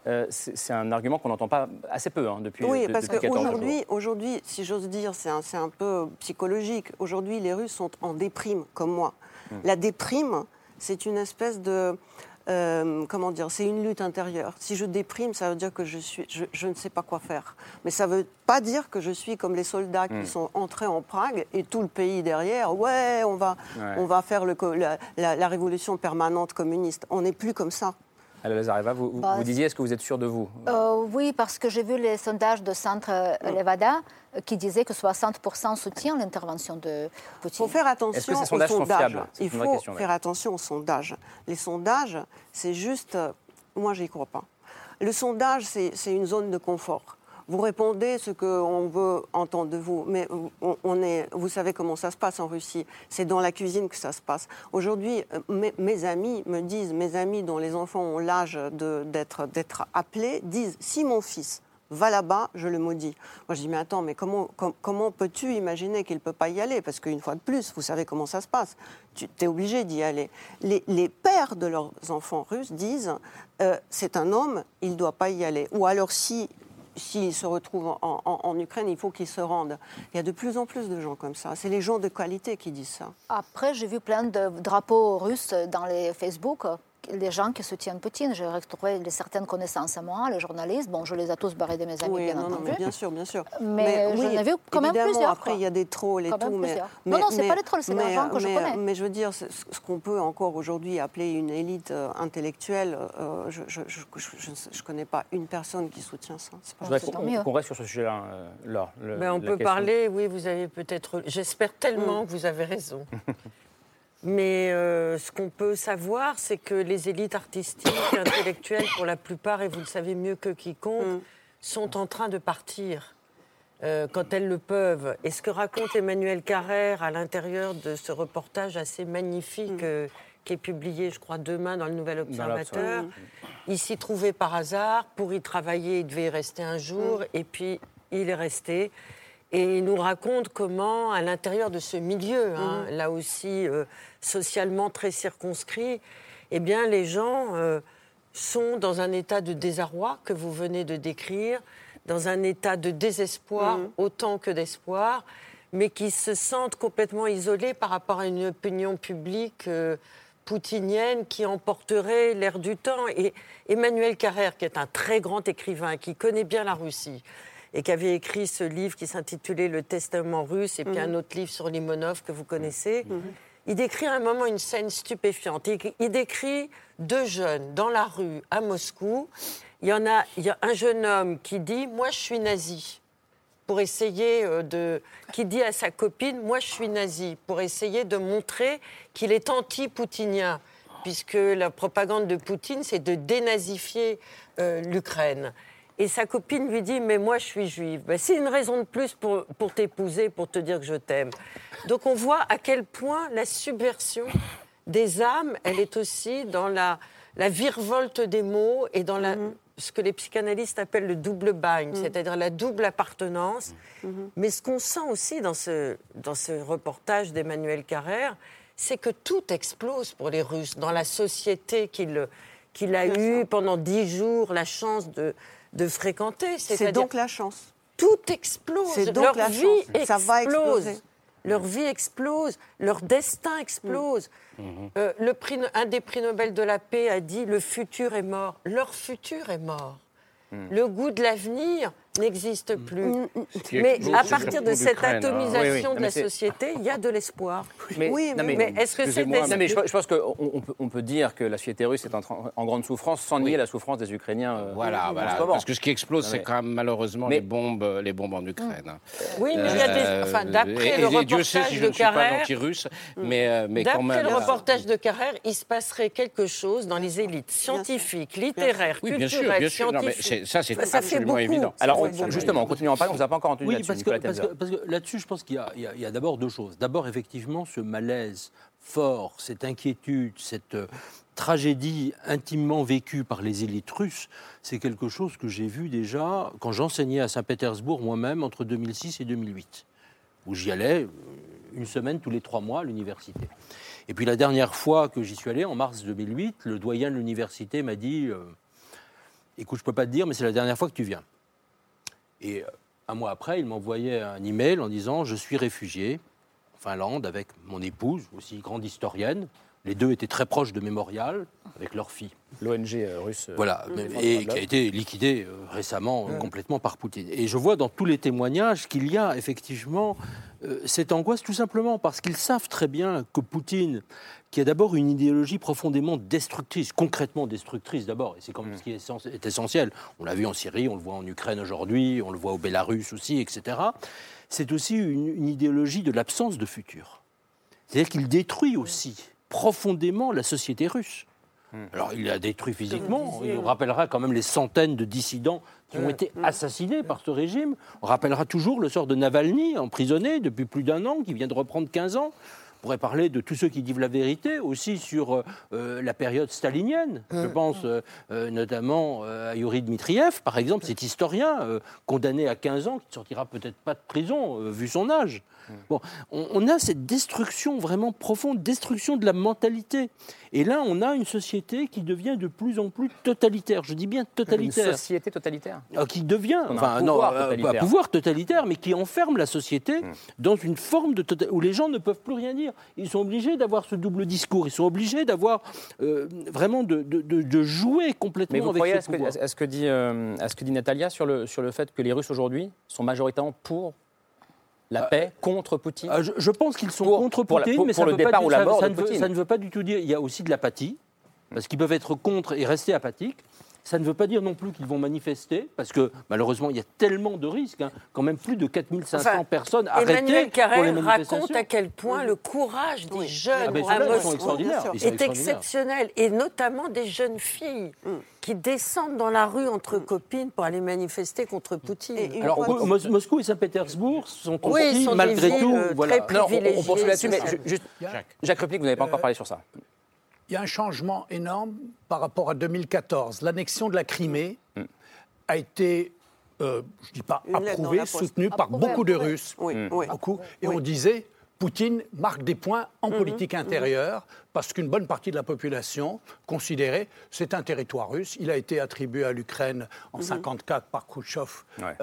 [SPEAKER 1] c'est un argument qu'on n'entend pas assez peu depuis
[SPEAKER 5] Oui, parce
[SPEAKER 1] depuis 14 jours.
[SPEAKER 5] qu'aujourd'hui, si j'ose dire, c'est un peu psychologique. Aujourd'hui, les Russes sont en déprime, comme moi. La déprime, c'est une espèce de... comment dire, c'est une lutte intérieure. Si je déprime, ça veut dire que je ne sais pas quoi faire. Mais ça ne veut pas dire que je suis comme les soldats qui sont entrés en Prague et tout le pays derrière. Ouais, on va faire la révolution permanente communiste. On n'est plus comme ça.
[SPEAKER 1] Alors, Lazareva, vous disiez, est-ce que vous êtes sûr de vous?
[SPEAKER 2] Oui, parce que j'ai vu les sondages de Centre Levada qui disaient que 60% soutiennent l'intervention de Poutine.
[SPEAKER 5] Il faut faire attention
[SPEAKER 1] Est-ce que ces
[SPEAKER 5] aux
[SPEAKER 1] sondages sont
[SPEAKER 5] sondages.
[SPEAKER 1] fiables?
[SPEAKER 5] Il faut faire attention aux sondages. Les sondages, c'est juste... moi, j'y crois pas. Le sondage, c'est une zone de confort. Vous répondez ce qu'on veut entendre de vous, mais vous savez comment ça se passe en Russie. C'est dans la cuisine que ça se passe. Aujourd'hui, mes amis me disent, mes amis dont les enfants ont l'âge d'être appelés, disent, si mon fils va là-bas, je le maudis. Moi, je dis, mais attends, mais comment peux-tu imaginer qu'il ne peut pas y aller? Parce qu'une fois de plus, vous savez comment ça se passe. Tu es obligé d'y aller. Les pères de leurs enfants russes disent, c'est un homme, il ne doit pas y aller. Ou alors, s'il se retrouve en Ukraine, il faut qu'il se rende. Il y a de plus en plus de gens comme ça. C'est les gens de qualité qui disent ça.
[SPEAKER 2] Après, j'ai vu plein de drapeaux russes dans les Facebook. Les gens qui soutiennent Poutine, j'ai retrouvé certaines connaissances à moi, les journalistes. Bon, je les ai tous barrés de mes amis, bien entendu.
[SPEAKER 5] Mais bien sûr, bien sûr.
[SPEAKER 2] Mais j'en ai vu quand même plusieurs.
[SPEAKER 5] Après, il y a des trolls et tout.
[SPEAKER 2] Non, c'est pas des trolls, c'est des gens que je connais.
[SPEAKER 5] Mais je veux dire, ce qu'on peut encore aujourd'hui appeler une élite intellectuelle, je ne connais pas une personne qui soutient ça.
[SPEAKER 1] Je voudrais qu'on reste sur ce sujet-là, Laure.
[SPEAKER 10] On peut parler, oui, vous avez peut-être... J'espère tellement que vous avez raison. Mais ce qu'on peut savoir, c'est que les élites artistiques, intellectuelles, pour la plupart, et vous le savez mieux que quiconque, sont en train de partir quand elles le peuvent. Et ce que raconte Emmanuel Carrère à l'intérieur de ce reportage assez magnifique qui est publié, je crois, demain dans le Nouvel Observateur, il s'y trouvait par hasard. Pour y travailler, il devait y rester un jour, et puis il est resté. Et il nous raconte comment, à l'intérieur de ce milieu, là aussi socialement très circonscrit, eh bien, les gens sont dans un état de désarroi que vous venez de décrire, dans un état de désespoir autant que d'espoir, mais qui se sentent complètement isolés par rapport à une opinion publique poutinienne qui emporterait l'air du temps. Et Emmanuel Carrère, qui est un très grand écrivain, qui connaît bien la Russie, et qui avait écrit ce livre qui s'intitulait « Le Testament russe » et puis un autre livre sur Limonov que vous connaissez. Il décrit à un moment une scène stupéfiante. Il décrit deux jeunes dans la rue à Moscou. Il y a un jeune homme qui dit « Moi, je suis nazi » pour essayer qui dit à sa copine « Moi, je suis nazi » pour essayer de montrer qu'il est anti-poutinien, puisque la propagande de Poutine, c'est de dénazifier l'Ukraine. Et sa copine lui dit « Mais moi, je suis juive. » C'est une raison de plus pour t'épouser, pour te dire que je t'aime. Donc on voit à quel point la subversion des âmes, elle est aussi dans la virevolte des mots et dans ce que les psychanalystes appellent le double bind, c'est-à-dire la double appartenance. Mais ce qu'on sent aussi dans ce reportage d'Emmanuel Carrère, c'est que tout explose pour les Russes, dans la société qu'il a eue pendant 10 jours, la chance de fréquenter.
[SPEAKER 5] C'est donc la chance.
[SPEAKER 10] Tout explose.
[SPEAKER 5] C'est donc
[SPEAKER 10] leur
[SPEAKER 5] la
[SPEAKER 10] vie
[SPEAKER 5] chance.
[SPEAKER 10] explose.
[SPEAKER 5] Ça va exploser.
[SPEAKER 10] Leur vie explose, leur destin explose. Un des prix Nobel de la paix a dit « Le futur est mort ». Leur futur est mort. Le goût de l'avenir n'existe plus. Mais à partir de cette atomisation de la société, il y a de l'espoir.
[SPEAKER 1] Mais
[SPEAKER 10] est-ce que c'est...
[SPEAKER 1] Je pense qu'on peut dire que la société russe est en grande souffrance sans nier la souffrance des Ukrainiens.
[SPEAKER 6] Voilà. Parce que ce qui explose, c'est quand même malheureusement les bombes en Ukraine.
[SPEAKER 10] Oui, mais il y a d'après le
[SPEAKER 6] Dieu sait si
[SPEAKER 10] reportage
[SPEAKER 6] je
[SPEAKER 10] de
[SPEAKER 6] ne suis pas
[SPEAKER 10] Carrère...
[SPEAKER 6] anti-russe, mais quand même...
[SPEAKER 10] D'après le reportage de Carrère, il se passerait quelque chose dans les élites scientifiques, littéraires, culturelles, scientifiques.
[SPEAKER 6] Ça, c'est absolument évident.
[SPEAKER 1] Alors, justement, on continue à en parler, on ne vous a pas encore entendu là-dessus, Nicolas Tenzer.
[SPEAKER 4] Parce que là-dessus, je pense qu'il y a d'abord deux choses. D'abord, effectivement, ce malaise fort, cette inquiétude, cette tragédie intimement vécue par les élites russes, c'est quelque chose que j'ai vu déjà quand j'enseignais à Saint-Pétersbourg moi-même entre 2006 et 2008, où j'y allais une semaine tous les 3 mois à l'université. Et puis la dernière fois que j'y suis allé, en mars 2008, le doyen de l'université m'a dit écoute, je ne peux pas te dire, mais c'est la dernière fois que tu viens. Et un mois après, il m'envoyait un email en disant « Je suis réfugié en Finlande avec mon épouse, aussi grande historienne. » Les deux étaient très proches de Mémorial, avec leur fille.
[SPEAKER 1] L'ONG russe.
[SPEAKER 4] Voilà, et qui a été liquidée récemment complètement par Poutine. Et je vois dans tous les témoignages qu'il y a effectivement cette angoisse, tout simplement parce qu'ils savent très bien que Poutine, qui a d'abord une idéologie profondément destructrice, concrètement destructrice d'abord, et c'est quand même ce qui est essentiel. On l'a vu en Syrie, on le voit en Ukraine aujourd'hui, on le voit au Bélarus aussi, etc. C'est aussi une idéologie de l'absence de futur. C'est-à-dire qu'il détruit aussi profondément la société russe. Alors, il l'a détruit physiquement. On rappellera quand même les centaines de dissidents qui ont été assassinés par ce régime. On rappellera toujours le sort de Navalny, emprisonné depuis plus d'1 an, qui vient de reprendre 15 ans. On pourrait parler de tous ceux qui disent la vérité, aussi sur la période stalinienne. Je pense notamment à Yuri Dmitriev, par exemple, cet historien condamné à 15 ans, qui ne sortira peut-être pas de prison, vu son âge. Bon, on a cette destruction vraiment profonde, destruction de la mentalité. Et là, on a une société qui devient de plus en plus totalitaire. Je dis bien totalitaire.
[SPEAKER 1] Une société totalitaire.
[SPEAKER 4] Qui devient, un pouvoir totalitaire, mais qui enferme la société dans une forme de où les gens ne peuvent plus rien dire. Ils sont obligés d'avoir ce double discours. Ils sont obligés d'avoir vraiment de jouer complètement avec ce pouvoir.
[SPEAKER 1] À ce que dit Natalia sur le fait que les Russes aujourd'hui sont majoritairement pour la paix contre Poutine.
[SPEAKER 4] Je pense qu'ils sont contre Poutine, mais ça ne veut pas du tout dire. Il y a aussi de l'apathie, parce qu'ils peuvent être contre et rester apathiques. Ça ne veut pas dire non plus qu'ils vont manifester, parce que malheureusement, il y a tellement de risques. Quand même plus de 4500 personnes arrêtées
[SPEAKER 10] Emmanuel
[SPEAKER 4] pour les manifestations.
[SPEAKER 10] raconte à quel point le courage des jeunes à Moscou est exceptionnel, et notamment des jeunes filles qui descendent dans la rue entre copines pour aller manifester contre Poutine.
[SPEAKER 4] Alors, Moscou et Saint-Pétersbourg sont aussi, malgré tout...
[SPEAKER 10] Très privilégiées.
[SPEAKER 1] On poursuit là-dessus, mais juste, Jacques Replique, vous n'avez pas encore parlé sur ça.
[SPEAKER 7] Il y a un changement énorme par rapport à 2014. L'annexion de la Crimée a été, je ne dis pas approuvée, soutenue par beaucoup de Russes. Beaucoup. Et on disait, Poutine marque des points en politique intérieure parce qu'une bonne partie de la population considérait c'est un territoire russe. Il a été attribué à l'Ukraine en 1954 par Khrouchtchev.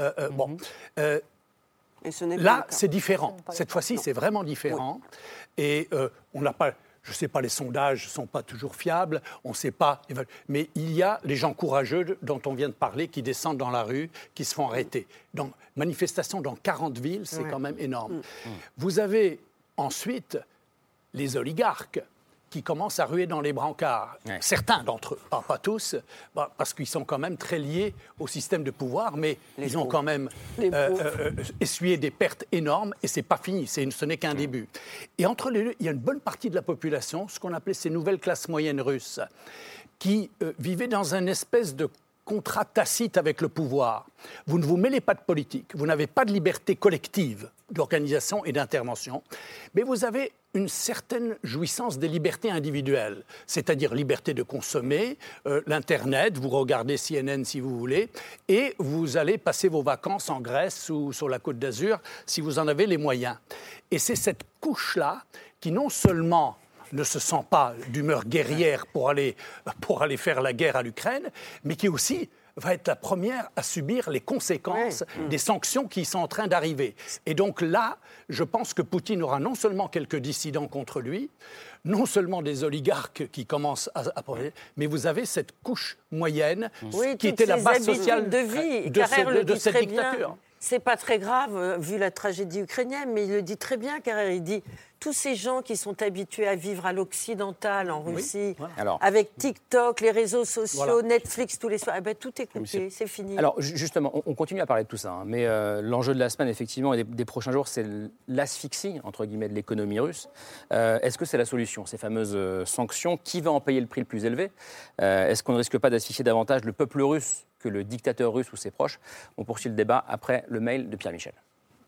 [SPEAKER 7] Là, c'est différent. Cette fois-ci, c'est vraiment différent. Et on n'a pas... Je ne sais pas, les sondages ne sont pas toujours fiables, on ne sait pas. Mais il y a les gens courageux dont on vient de parler qui descendent dans la rue, qui se font arrêter. Donc, manifestation dans 40 villes, c'est quand même énorme. Vous avez ensuite les oligarques qui commencent à ruer dans les brancards. Certains d'entre eux, pas tous, parce qu'ils sont quand même très liés au système de pouvoir, mais ils ont quand même essuyé des pertes énormes, et ce n'est pas fini, ce n'est qu'un début. Et entre les deux, il y a une bonne partie de la population, ce qu'on appelait ces nouvelles classes moyennes russes, qui vivaient dans une espèce de contrat tacite avec le pouvoir. Vous ne vous mêlez pas de politique, vous n'avez pas de liberté collective d'organisation et d'intervention, mais vous avez une certaine jouissance des libertés individuelles, c'est-à-dire liberté de consommer, l'Internet, vous regardez CNN si vous voulez, et vous allez passer vos vacances en Grèce ou sur la Côte d'Azur si vous en avez les moyens. Et c'est cette couche-là qui non seulement ne se sent pas d'humeur guerrière pour aller faire la guerre à l'Ukraine, mais qui aussi va être la première à subir les conséquences des sanctions qui sont en train d'arriver. Et donc là, je pense que Poutine aura non seulement quelques dissidents contre lui, non seulement des oligarques qui commencent à mais vous avez cette couche moyenne qui était la base sociale
[SPEAKER 10] de vie
[SPEAKER 7] de cette dictature.
[SPEAKER 10] C'est pas très grave, vu la tragédie ukrainienne, mais il le dit très bien, car il dit tous ces gens qui sont habitués à vivre à l'occidental, en Russie, avec TikTok, les réseaux sociaux, Netflix tous les soirs, tout est coupé, c'est fini.
[SPEAKER 1] Alors justement, on continue à parler de tout ça, mais l'enjeu de la semaine, effectivement, et des prochains jours, c'est l'asphyxie, entre guillemets, de l'économie russe. Est-ce que c'est la solution, ces fameuses sanctions? Qui va en payer le prix le plus élevé? Est-ce qu'on ne risque pas d'asphyxier davantage le peuple russe que le dictateur russe ou ses proches? On poursuit le débat après le mail de Pierre Michel.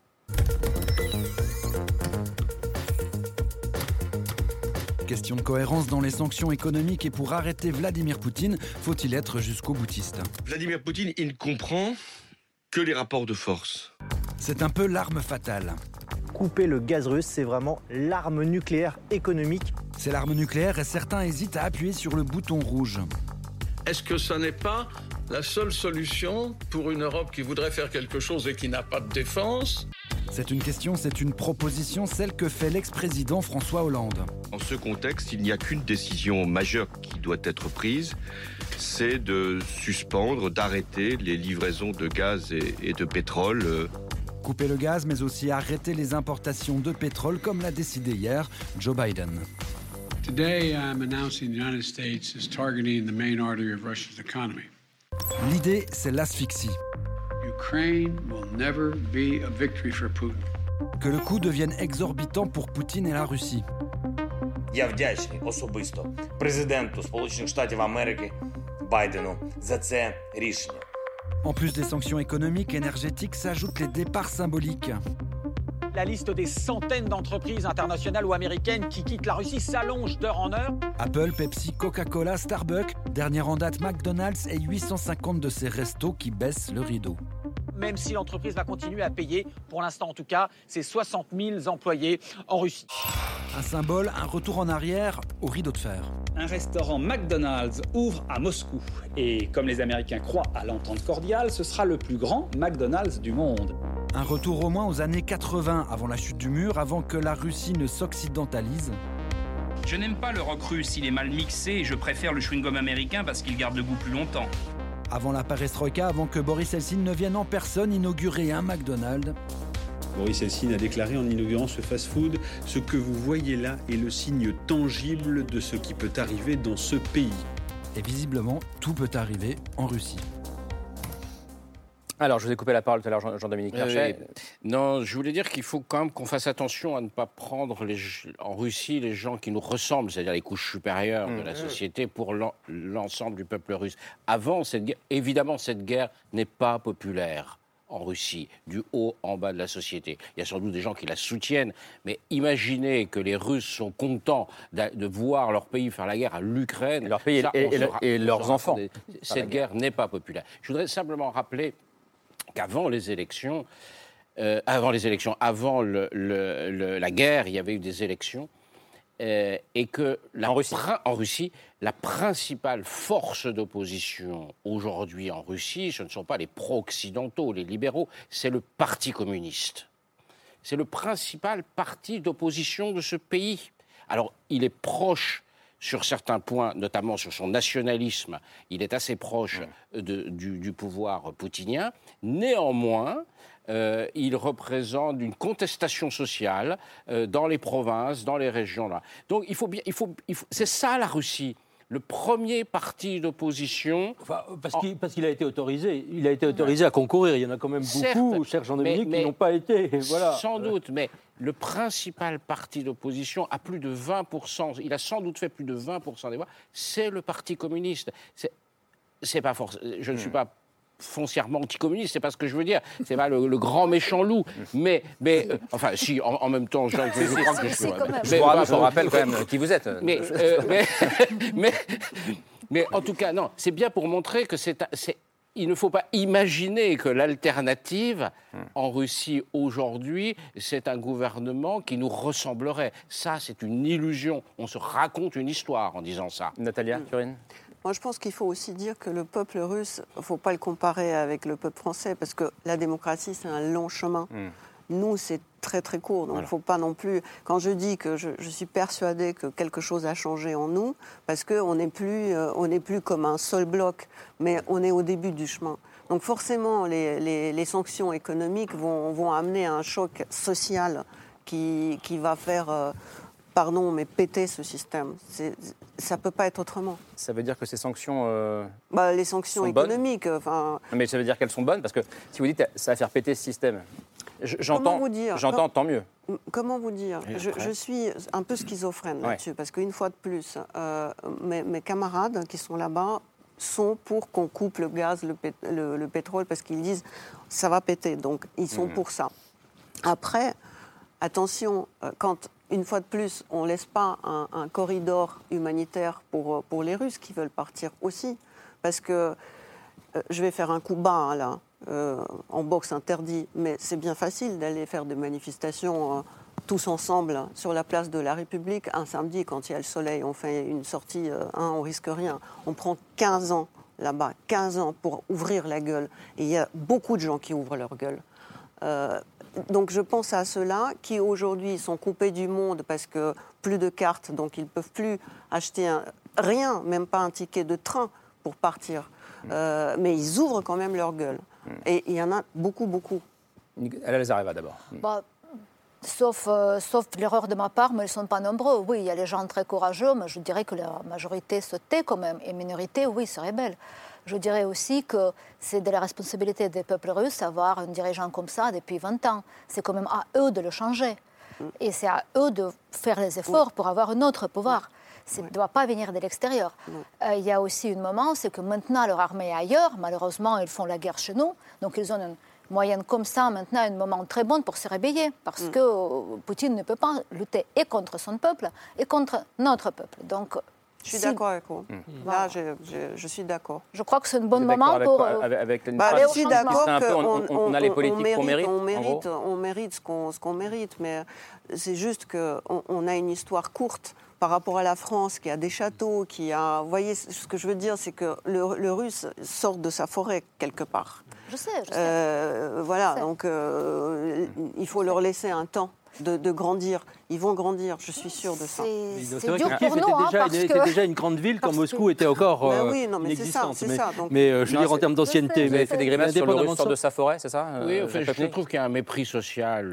[SPEAKER 11] Question de cohérence dans les sanctions économiques, et pour arrêter Vladimir Poutine, faut-il être jusqu'au boutiste?
[SPEAKER 12] Vladimir Poutine, il ne comprend que les rapports de force.
[SPEAKER 11] C'est un peu l'arme fatale.
[SPEAKER 13] Couper le gaz russe, c'est vraiment l'arme nucléaire économique.
[SPEAKER 11] C'est l'arme nucléaire et certains hésitent à appuyer sur le bouton rouge.
[SPEAKER 12] Est-ce que ça n'est pas
[SPEAKER 14] La seule solution pour une Europe qui voudrait faire quelque chose et qui n'a pas de défense.
[SPEAKER 11] C'est une question, c'est une proposition, celle que fait l'ex-président François Hollande.
[SPEAKER 12] En ce contexte, il n'y a qu'une décision majeure qui doit être prise, c'est de suspendre, d'arrêter les livraisons de gaz et de pétrole.
[SPEAKER 11] Couper le gaz, mais aussi arrêter les importations de pétrole, comme l'a décidé hier Joe Biden.
[SPEAKER 15] Today, I'm announcing the United States is targeting the main artery of Russia's economy.
[SPEAKER 11] L'idée, c'est l'asphyxie.
[SPEAKER 15] Ukraine will never be a victory for Putin.
[SPEAKER 11] Que le coût devienne exorbitant pour Poutine et la Russie.
[SPEAKER 16] Я вдячний особисто президенту Сполучених Штатів Америки Байдену за це рішення.
[SPEAKER 11] En plus des sanctions économiques et énergétiques, s'ajoutent les départs symboliques.
[SPEAKER 17] La liste des centaines d'entreprises internationales ou américaines qui quittent la Russie s'allonge d'heure en heure.
[SPEAKER 11] Apple, Pepsi, Coca-Cola, Starbucks, dernière en date McDonald's et 850 de ces restos qui baissent le rideau.
[SPEAKER 17] Même si l'entreprise va continuer à payer, pour l'instant en tout cas, ses 60 000 employés en Russie.
[SPEAKER 11] Un symbole, un retour en arrière au rideau de fer.
[SPEAKER 18] Un restaurant McDonald's ouvre à Moscou. Et comme les Américains croient à l'entente cordiale, ce sera le plus grand McDonald's du monde.
[SPEAKER 11] Un retour au moins aux années 80, avant la chute du mur, avant que la Russie ne s'occidentalise.
[SPEAKER 19] Je n'aime pas le rock russe, il est mal mixé et je préfère le chewing-gum américain parce qu'il garde le goût plus longtemps.
[SPEAKER 11] Avant la perestroïka, avant que Boris Eltsine ne vienne en personne inaugurer un McDonald's.
[SPEAKER 20] Boris Eltsine a déclaré en inaugurant ce fast-food « Ce que vous voyez là est le signe tangible de ce qui peut arriver dans ce pays ».
[SPEAKER 11] Et visiblement, tout peut arriver en Russie.
[SPEAKER 1] Alors, je vous ai coupé la parole tout à l'heure, Jean-Dominique Merchet.
[SPEAKER 6] Non, je voulais dire qu'il faut quand même qu'on fasse attention à ne pas prendre en Russie les gens qui nous ressemblent, c'est-à-dire les couches supérieures de la société, pour l'ensemble du peuple russe. Avant cette guerre, évidemment, cette guerre n'est pas populaire en Russie, du haut en bas de la société. Il y a sans doute des gens qui la soutiennent, mais imaginez que les Russes sont contents de voir leur pays faire la guerre à l'Ukraine.
[SPEAKER 1] Leur pays et leurs enfants.
[SPEAKER 6] Cette guerre n'est pas populaire. Je voudrais simplement rappeler qu'avant les élections, avant la guerre, il y avait eu des élections, et que en Russie, la principale force d'opposition aujourd'hui en Russie, ce ne sont pas les pro-occidentaux, les libéraux, c'est le Parti communiste. C'est le principal parti d'opposition de ce pays. Alors, il est proche sur certains points, notamment sur son nationalisme, il est assez proche du pouvoir poutinien. Néanmoins, il représente une contestation sociale dans les provinces, dans les régions. Là. Donc, c'est ça la Russie. Le premier parti d'opposition...
[SPEAKER 4] Parce qu'il a été autorisé. Il a été autorisé à concourir. Il y en a quand même beaucoup, cher Jean-Dominique, qui n'ont pas été. Voilà.
[SPEAKER 6] Sans doute, mais le principal parti d'opposition a plus de 20%. Il a sans doute fait plus de 20% des voix. C'est le Parti communiste. C'est pas je ne suis pas foncièrement anticommuniste, c'est pas ce que je veux dire. C'est pas le grand méchant loup. Mais enfin, si, en même temps, je
[SPEAKER 1] vous rappelle quand même qui vous êtes.
[SPEAKER 6] Mais en tout cas, non, c'est bien pour montrer que il ne faut pas imaginer que l'alternative en Russie aujourd'hui, c'est un gouvernement qui nous ressemblerait. Ça, c'est une illusion. On se raconte une histoire en disant ça.
[SPEAKER 1] Natalia Turine.
[SPEAKER 5] Moi, je pense qu'il faut aussi dire que le peuple russe, il ne faut pas le comparer avec le peuple français, parce que la démocratie, c'est un long chemin. Nous, c'est très, très court. Donc, il ne faut pas non plus... Quand je dis que je suis persuadée que quelque chose a changé en nous, parce qu'on n'est plus comme un seul bloc, mais on est au début du chemin. Donc, forcément, les sanctions économiques vont amener un choc social qui va faire... pardon, mais péter ce système. Ça ne peut pas être autrement.
[SPEAKER 1] Ça veut dire que ces sanctions...
[SPEAKER 5] les sanctions économiques...
[SPEAKER 1] Mais ça veut dire qu'elles sont bonnes, parce que si vous dites ça va faire péter ce système, j'entends, tant mieux.
[SPEAKER 5] Comment vous dire ? Je suis un peu schizophrène là-dessus, parce qu'une fois de plus, mes camarades qui sont là-bas sont pour qu'on coupe le gaz, le pétrole, parce qu'ils disent ça va péter. Donc, ils sont pour ça. Après, attention, quand... Une fois de plus, on ne laisse pas un corridor humanitaire pour les Russes qui veulent partir aussi. Parce que, je vais faire un coup bas, là, en boxe interdit, mais c'est bien facile d'aller faire des manifestations tous ensemble sur la place de la République un samedi quand il y a le soleil. On fait une sortie, on risque rien. On prend 15 ans là-bas, 15 ans pour ouvrir la gueule. Et il y a beaucoup de gens qui ouvrent leur gueule. Donc je pense à ceux-là qui aujourd'hui sont coupés du monde parce que plus de cartes, donc ils ne peuvent plus acheter rien, même pas un ticket de train pour partir. Mais ils ouvrent quand même leur gueule. Et il y en a beaucoup, beaucoup.
[SPEAKER 1] Ella Lazareva d'abord.
[SPEAKER 2] Sauf l'erreur de ma part, mais ils ne sont pas nombreux. Oui, il y a les gens très courageux, mais je dirais que la majorité se tait quand même. Et minorité, oui, se rebelle. Je dirais aussi que c'est de la responsabilité des peuples russes d'avoir un dirigeant comme ça depuis 20 ans. C'est quand même à eux de le changer. Et c'est à eux de faire les efforts pour avoir un autre pouvoir. Ça ne doit pas venir de l'extérieur. Il y a aussi un moment, c'est que maintenant leur armée est ailleurs. Malheureusement, ils font la guerre chez nous. Donc ils ont une moyenne comme ça, maintenant, un moment très bon pour se réveiller. Parce que Poutine ne peut pas lutter et contre son peuple et contre notre peuple. Donc,
[SPEAKER 5] je suis d'accord avec vous. Là, je suis d'accord.
[SPEAKER 2] Je crois que c'est un bon moment pour...
[SPEAKER 5] je suis d'accord
[SPEAKER 1] qu'on a les politiques qu'on mérite.
[SPEAKER 5] On mérite ce qu'on mérite, mais c'est juste qu'on a une histoire courte par rapport à la France, qui a des châteaux, qui a... Vous voyez, ce que je veux dire, c'est que le Russe sort de sa forêt quelque part.
[SPEAKER 2] Je sais.
[SPEAKER 5] Voilà, donc il faut leur laisser un temps de grandir. Ils vont grandir, je suis sûre de ça.
[SPEAKER 4] C'est vrai que Kiev était déjà une grande ville quand Moscou était encore inexistante. Mais je veux dire, en termes d'ancienneté...
[SPEAKER 1] Vous avez fait des grimaces sur le Russe sort de sa forêt, c'est ça?
[SPEAKER 6] Oui, enfin, je trouve qu'il y a un mépris social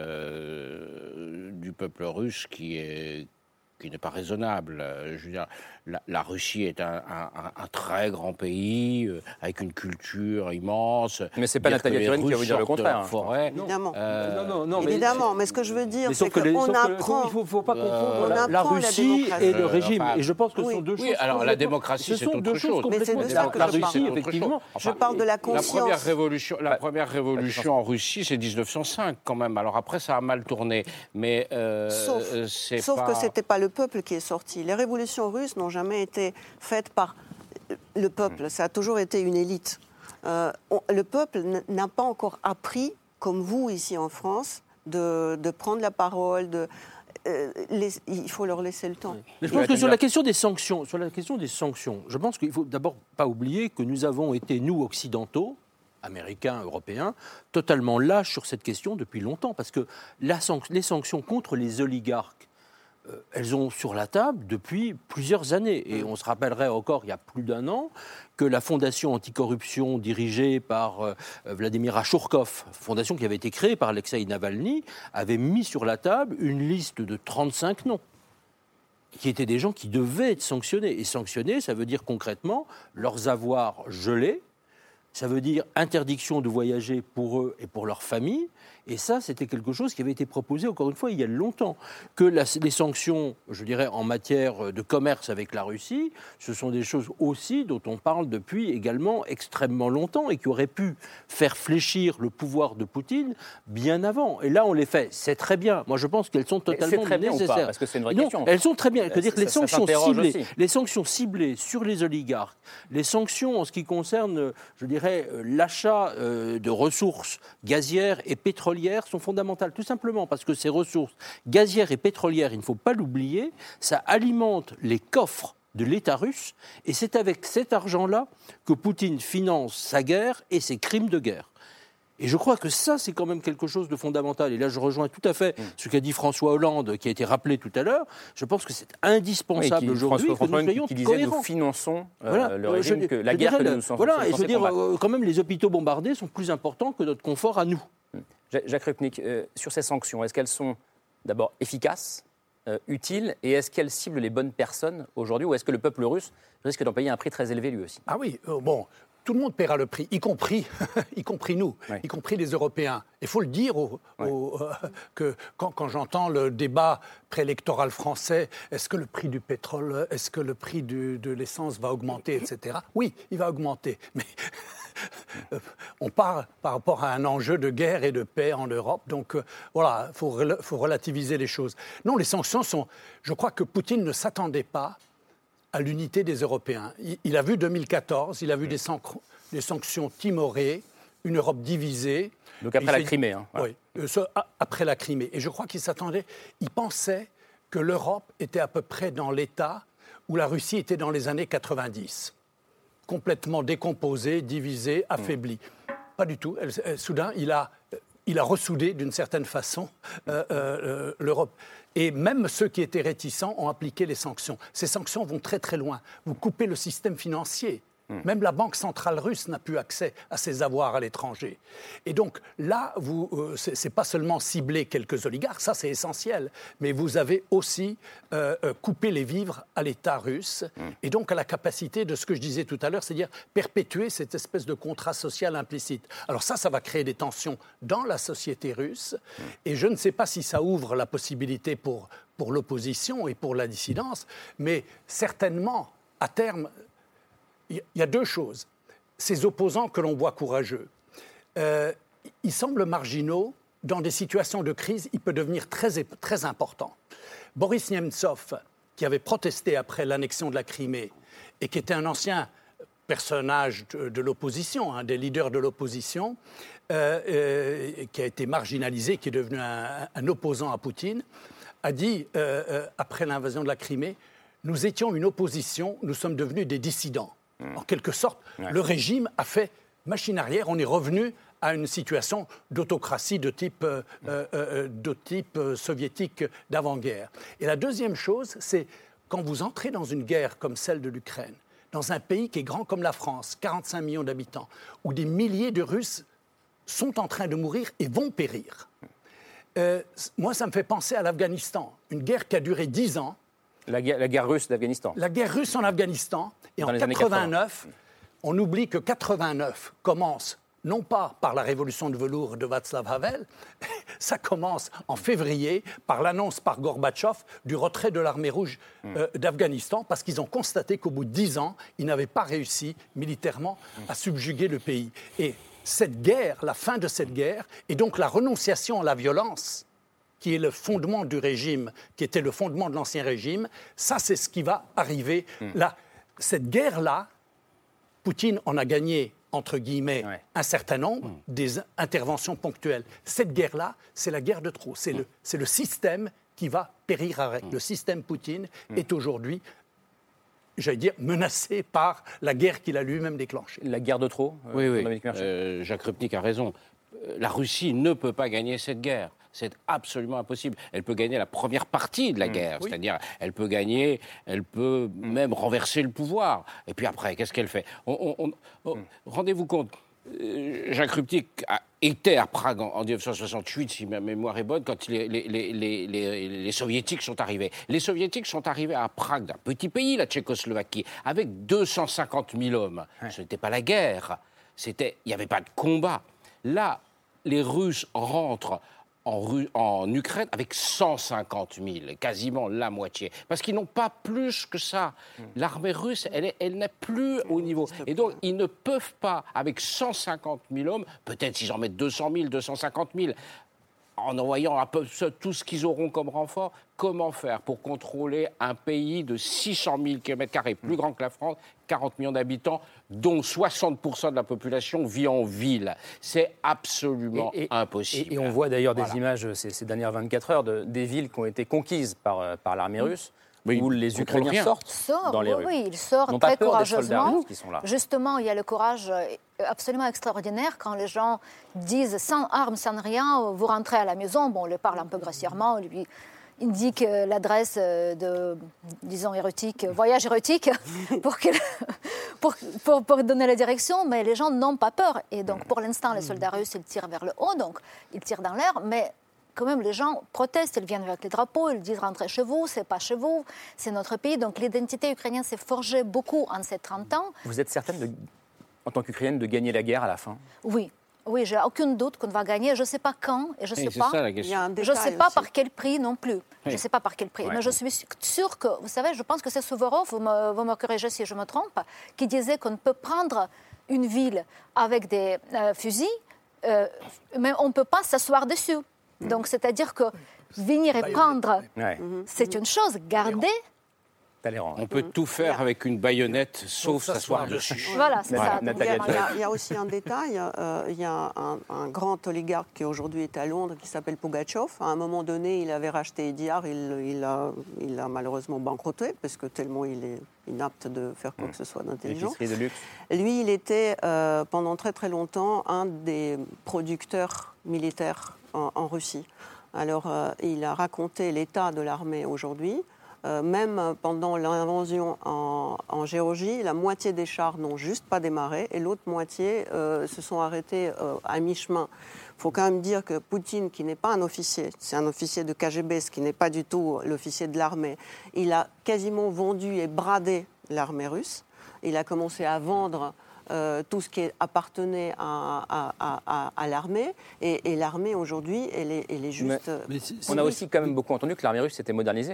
[SPEAKER 6] du peuple russe qui n'est pas raisonnable. Je veux dire, la Russie est un très grand pays, avec une culture immense.
[SPEAKER 1] Mais c'est pas Natalia Turine qui va vous dire le contraire.
[SPEAKER 6] Forêt.
[SPEAKER 5] Évidemment.
[SPEAKER 4] Non,
[SPEAKER 5] évidemment, mais ce que je veux dire, c'est qu'on apprend...
[SPEAKER 4] Il ne faut pas confondre la Russie et le régime. Et je pense que ce sont deux choses...
[SPEAKER 6] Oui, alors la démocratie, c'est autre chose.
[SPEAKER 5] Mais c'est de ça que je parle.
[SPEAKER 4] Effectivement.
[SPEAKER 5] Je parle de la conscience.
[SPEAKER 6] La première révolution en Russie, c'est 1905, quand même. Alors après, ça a mal tourné. Mais
[SPEAKER 5] sauf que ce n'était pas le peuple qui est sorti. Les révolutions russes n'ont jamais été faites par le peuple. Ça a toujours été une élite. Le peuple n'a pas encore appris, comme vous ici en France, de prendre la parole. Il faut leur laisser le temps.
[SPEAKER 4] Mais je pense que sur la question des sanctions, je pense qu'il ne faut d'abord pas oublier que nous avons été, nous, occidentaux, Américains, Européens, totalement lâches sur cette question depuis longtemps. Parce que les sanctions contre les oligarques, elles ont sur la table depuis plusieurs années. Et on se rappellerait encore, il y a plus d'un an, que la fondation anticorruption dirigée par Vladimir Achourkov, fondation qui avait été créée par Alexeï Navalny, avait mis sur la table une liste de 35 noms, qui étaient des gens qui devaient être sanctionnés. Et sanctionnés, ça veut dire concrètement leurs avoirs gelés, ça veut dire interdiction de voyager pour eux et pour leurs familles. Et ça, c'était quelque chose qui avait été proposé, encore une fois, il y a longtemps. Que les sanctions, je dirais, en matière de commerce avec la Russie, ce sont des choses aussi dont on parle depuis également extrêmement longtemps et qui auraient pu faire fléchir le pouvoir de Poutine bien avant. Et là, on les fait. C'est très bien. Moi, je pense qu'elles sont totalement
[SPEAKER 1] très bien
[SPEAKER 4] nécessaires.
[SPEAKER 1] Ou pas, parce que c'est une vraie question.
[SPEAKER 4] Elles sont très bien. C'est-à-dire que les sanctions ciblées sur les oligarques, les sanctions en ce qui concerne, je dirais, l'achat de ressources gazières et pétrolières sont fondamentales, tout simplement parce que ces ressources gazières et pétrolières, il ne faut pas l'oublier, ça alimente les coffres de l'État russe, et c'est avec cet argent-là que Poutine finance sa guerre et ses crimes de guerre. Et je crois que ça, c'est quand même quelque chose de fondamental. Et là, je rejoins tout à fait ce qu'a dit François Hollande, qui a été rappelé tout à l'heure. Je pense que c'est indispensable aujourd'hui que nous soyons cohérents.
[SPEAKER 1] Nous finançons le régime, la guerre que nous sommes.
[SPEAKER 4] Voilà, et je veux dire, quand même, les hôpitaux bombardés sont plus importants que notre confort à nous.
[SPEAKER 1] Jacques Rupnik, sur ces sanctions, est-ce qu'elles sont d'abord efficaces, utiles, et est-ce qu'elles ciblent les bonnes personnes aujourd'hui, ou est-ce que le peuple russe risque d'en payer un prix très élevé lui aussi?
[SPEAKER 7] Ah oui, bon... Tout le monde paiera le prix, y compris nous, y compris les Européens. Il faut le dire que quand j'entends le débat préélectoral français, est-ce que le prix du pétrole, est-ce que le prix de l'essence va augmenter, etc. Oui, il va augmenter, mais on parle par rapport à un enjeu de guerre et de paix en Europe. Donc voilà, il faut relativiser les choses. Non, les sanctions sont... Je crois que Poutine ne s'attendait pas à l'unité des Européens. Il a vu 2014, il a vu des sanctions timorées, une Europe divisée.
[SPEAKER 1] Donc après la Crimée.
[SPEAKER 7] Voilà. Oui, après la Crimée. Et je crois qu'il s'attendait, il pensait que l'Europe était à peu près dans l'état où la Russie était dans les années 90. complètement décomposé, divisé, affaibli. Pas du tout. Soudain, il a ressoudé d'une certaine façon l'Europe. Et même ceux qui étaient réticents ont appliqué les sanctions. Ces sanctions vont très très loin. Vous coupez le système financier. Même la Banque centrale russe n'a plus accès à ses avoirs à l'étranger. Et donc là, c'est pas seulement cibler quelques oligarques, ça c'est essentiel, mais vous avez aussi coupé les vivres à l'État russe et donc à la capacité de ce que je disais tout à l'heure, c'est-à-dire perpétuer cette espèce de contrat social implicite. Alors ça va créer des tensions dans la société russe et je ne sais pas si ça ouvre la possibilité pour l'opposition et pour la dissidence, mais certainement, à terme, il y a deux choses. Ces opposants que l'on voit courageux, ils semblent marginaux. Dans des situations de crise, il peut devenir très, très important. Boris Nemtsov, qui avait protesté après l'annexion de la Crimée et qui était un ancien personnage de l'opposition, un des leaders de l'opposition, qui a été marginalisé, qui est devenu un opposant à Poutine, a dit, après l'invasion de la Crimée, « Nous étions une opposition, nous sommes devenus des dissidents ». En quelque sorte, le régime a fait machine arrière. On est revenu à une situation d'autocratie de type soviétique d'avant-guerre. Et la deuxième chose, c'est quand vous entrez dans une guerre comme celle de l'Ukraine, dans un pays qui est grand comme la France, 45 millions d'habitants, où des milliers de Russes sont en train de mourir et vont périr. Moi, ça me fait penser à l'Afghanistan, une guerre qui a duré 10 ans.
[SPEAKER 1] La guerre russe d'Afghanistan.
[SPEAKER 7] La guerre russe en Afghanistan. Et en 89, on oublie que 89 commence non pas par la révolution de velours de Václav Havel, ça commence en février par l'annonce par Gorbatchev du retrait de l'armée rouge d'Afghanistan, parce qu'ils ont constaté qu'au bout de 10 ans, ils n'avaient pas réussi militairement à subjuguer le pays. Et cette guerre, la fin de cette guerre, et donc la renonciation à la violence, qui est le fondement du régime, qui était le fondement de l'ancien régime, ça, c'est ce qui va arriver. Là, cette guerre-là, Poutine en a gagné, entre guillemets, un certain nombre, des interventions ponctuelles. Cette guerre-là, c'est la guerre de trop. C'est le système qui va périr avec. Le système Poutine est aujourd'hui, j'allais dire, menacé par la guerre qu'il a lui-même déclenchée.
[SPEAKER 1] La guerre de trop,
[SPEAKER 6] oui. Jacques Rupnik a raison. La Russie ne peut pas gagner cette guerre. C'est absolument impossible. Elle peut gagner la première partie de la guerre, c'est-à-dire elle peut gagner, elle peut même renverser le pouvoir. Et puis après, qu'est-ce qu'elle fait Rendez-vous compte, Jacques Rupnik était à Prague en 1968, si ma mémoire est bonne, quand les Soviétiques sont arrivés. Les Soviétiques sont arrivés à Prague, d'un petit pays, la Tchécoslovaquie, avec 250 000 hommes. Ce n'était pas la guerre, il n'y avait pas de combat. Là, les Russes rentrent en Ukraine avec 150 000, quasiment la moitié. Parce qu'ils n'ont pas plus que ça. L'armée russe, elle n'est plus au niveau. Et donc, ils ne peuvent pas, avec 150 000 hommes, peut-être s'ils en mettent 200 000, 250 000, en envoyant un peu tout ce qu'ils auront comme renfort, comment faire pour contrôler un pays de 600 000 km², plus grand que la France, 40 millions d'habitants, dont 60% de la population vit en ville. C'est absolument impossible.
[SPEAKER 1] Et on voit d'ailleurs des images ces dernières 24 heures des villes qui ont été conquises par l'armée russe. Où les Ukrainiens sortent dans les rues.
[SPEAKER 2] Oui, ils sortent très courageusement. Justement, il y a le courage absolument extraordinaire quand les gens disent sans armes, sans rien, vous rentrez à la maison. Bon, on le parle un peu grossièrement, lui indique l'adresse de, disons, érotique, voyage érotique pour donner la direction, mais les gens n'ont pas peur. Et donc, pour l'instant, les soldats russes, ils tirent vers le haut, donc ils tirent dans l'air, mais quand même, les gens protestent, ils viennent avec les drapeaux, ils disent « rentrez chez vous, c'est pas chez vous, c'est notre pays ». Donc l'identité ukrainienne s'est forgée beaucoup en ces 30 ans.
[SPEAKER 1] Vous êtes certaine, en tant qu'Ukrainienne, de gagner la guerre à la fin ?
[SPEAKER 2] Oui, j'ai aucun doute qu'on va gagner. Je ne sais pas quand et je ne sais pas.
[SPEAKER 6] Ça, la question.
[SPEAKER 2] Je ne sais pas par quel prix non plus. Je ne sais pas par quel prix. Mais je suis sûre que, vous savez, je pense que c'est Souvorov, vous me corrigez si je me trompe, qui disait qu'on peut prendre une ville avec des fusils, mais on ne peut pas s'asseoir dessus. Donc, c'est-à-dire que venir et prendre, c'est une chose, garder...
[SPEAKER 6] On peut tout faire avec une baïonnette, sauf s'asseoir dessus.
[SPEAKER 2] Voilà, c'est ça.
[SPEAKER 5] Il y a aussi un détail. Il y a un grand oligarque qui aujourd'hui est à Londres, qui s'appelle Pugachev. À un moment donné, il avait racheté Ediar. Il a malheureusement banqueroté, parce que tellement il inapte de faire quoi que ce soit d'intelligent.
[SPEAKER 1] L'épicerie de luxe.
[SPEAKER 5] Lui, il était pendant très très longtemps un des producteurs militaires en Russie. Alors, il a raconté l'état de l'armée aujourd'hui. Même pendant l'invasion en Géorgie, la moitié des chars n'ont juste pas démarré et l'autre moitié se sont arrêtés à mi-chemin. Il faut quand même dire que Poutine, qui n'est pas un officier, c'est un officier de KGB, ce qui n'est pas du tout l'officier de l'armée, il a quasiment vendu et bradé l'armée russe. Il a commencé à vendre tout ce qui appartenait à l'armée. Et l'armée, aujourd'hui, elle est juste...
[SPEAKER 1] On a aussi quand même beaucoup entendu que l'armée russe s'était modernisée.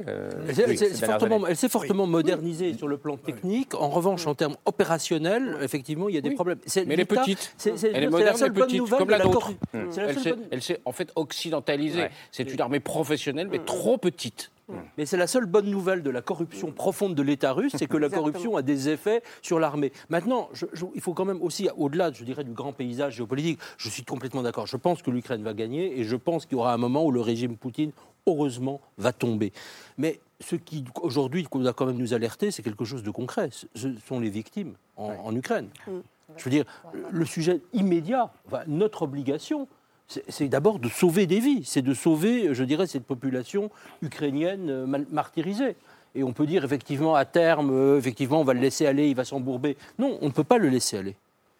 [SPEAKER 4] Elle s'est fortement modernisée sur le plan technique. En revanche, en termes opérationnels, effectivement, il y a des problèmes.
[SPEAKER 6] Mais elle est petite. Elle est moderne, elle est petite, comme la nôtre. Elle s'est en fait occidentalisée. Ouais. C'est une armée professionnelle, mais trop petite.
[SPEAKER 4] Mais c'est la seule bonne nouvelle de la corruption profonde de l'État russe, c'est que la corruption a des effets sur l'armée. Maintenant, il faut quand même aussi, au-delà, je dirais, du grand paysage géopolitique, je suis complètement d'accord. Je pense que l'Ukraine va gagner et je pense qu'il y aura un moment où le régime Poutine, heureusement, va tomber. Mais ce qui, aujourd'hui, doit quand même nous alerter, c'est quelque chose de concret. Ce sont les victimes en Ukraine. Je veux dire, le sujet immédiat, notre obligation, c'est d'abord de sauver des vies, c'est de sauver, je dirais, cette population ukrainienne martyrisée. Et on peut dire, effectivement, à terme, effectivement, on va le laisser aller, il va s'embourber. Non, on ne peut pas le laisser aller.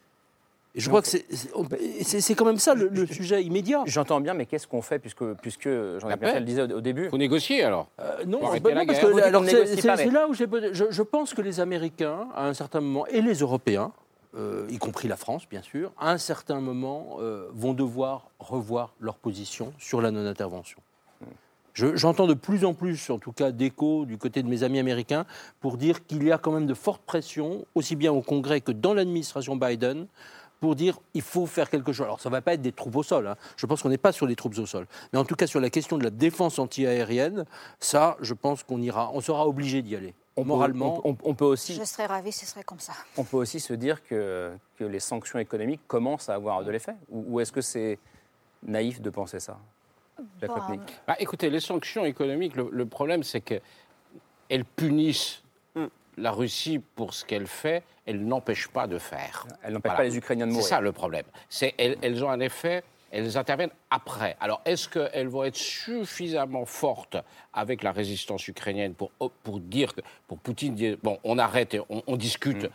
[SPEAKER 4] Et je crois que c'est quand même ça le sujet immédiat.
[SPEAKER 1] J'entends bien, mais qu'est-ce qu'on fait, puisque Jean-Gabriel Percel le disait au début.
[SPEAKER 6] Il faut négocier, alors.
[SPEAKER 4] Non, parce que c'est là où je pense que les Américains, à un certain moment, et les Européens, y compris la France, bien sûr, à un certain moment, vont devoir revoir leur position sur la non-intervention. J'entends de plus en plus, en tout cas, d'échos du côté de mes amis américains pour dire qu'il y a quand même de fortes pressions, aussi bien au Congrès que dans l'administration Biden, pour dire qu'il faut faire quelque chose. Alors, ça ne va pas être des troupes au sol. Hein. Je pense qu'on n'est pas sur les troupes au sol. Mais en tout cas, sur la question de la défense anti-aérienne, ça, je pense on sera obligé d'y aller. Moralement,
[SPEAKER 1] on peut aussi...
[SPEAKER 2] Je serais ravie si ce serait comme ça.
[SPEAKER 1] On peut aussi se dire que les sanctions économiques commencent à avoir de l'effet. Ou est-ce que c'est naïf de penser ça,
[SPEAKER 6] écoutez, les sanctions économiques, le problème, c'est qu'elles punissent la Russie pour ce qu'elle fait, elles n'empêchent pas de faire.
[SPEAKER 1] Elles n'empêchent pas les Ukrainiens de mourir.
[SPEAKER 6] C'est ça le problème. Elles ont un effet... Elles interviennent après. Alors, est-ce qu'elles vont être suffisamment fortes avec la résistance ukrainienne pour Poutine dire, bon, on arrête et on discute,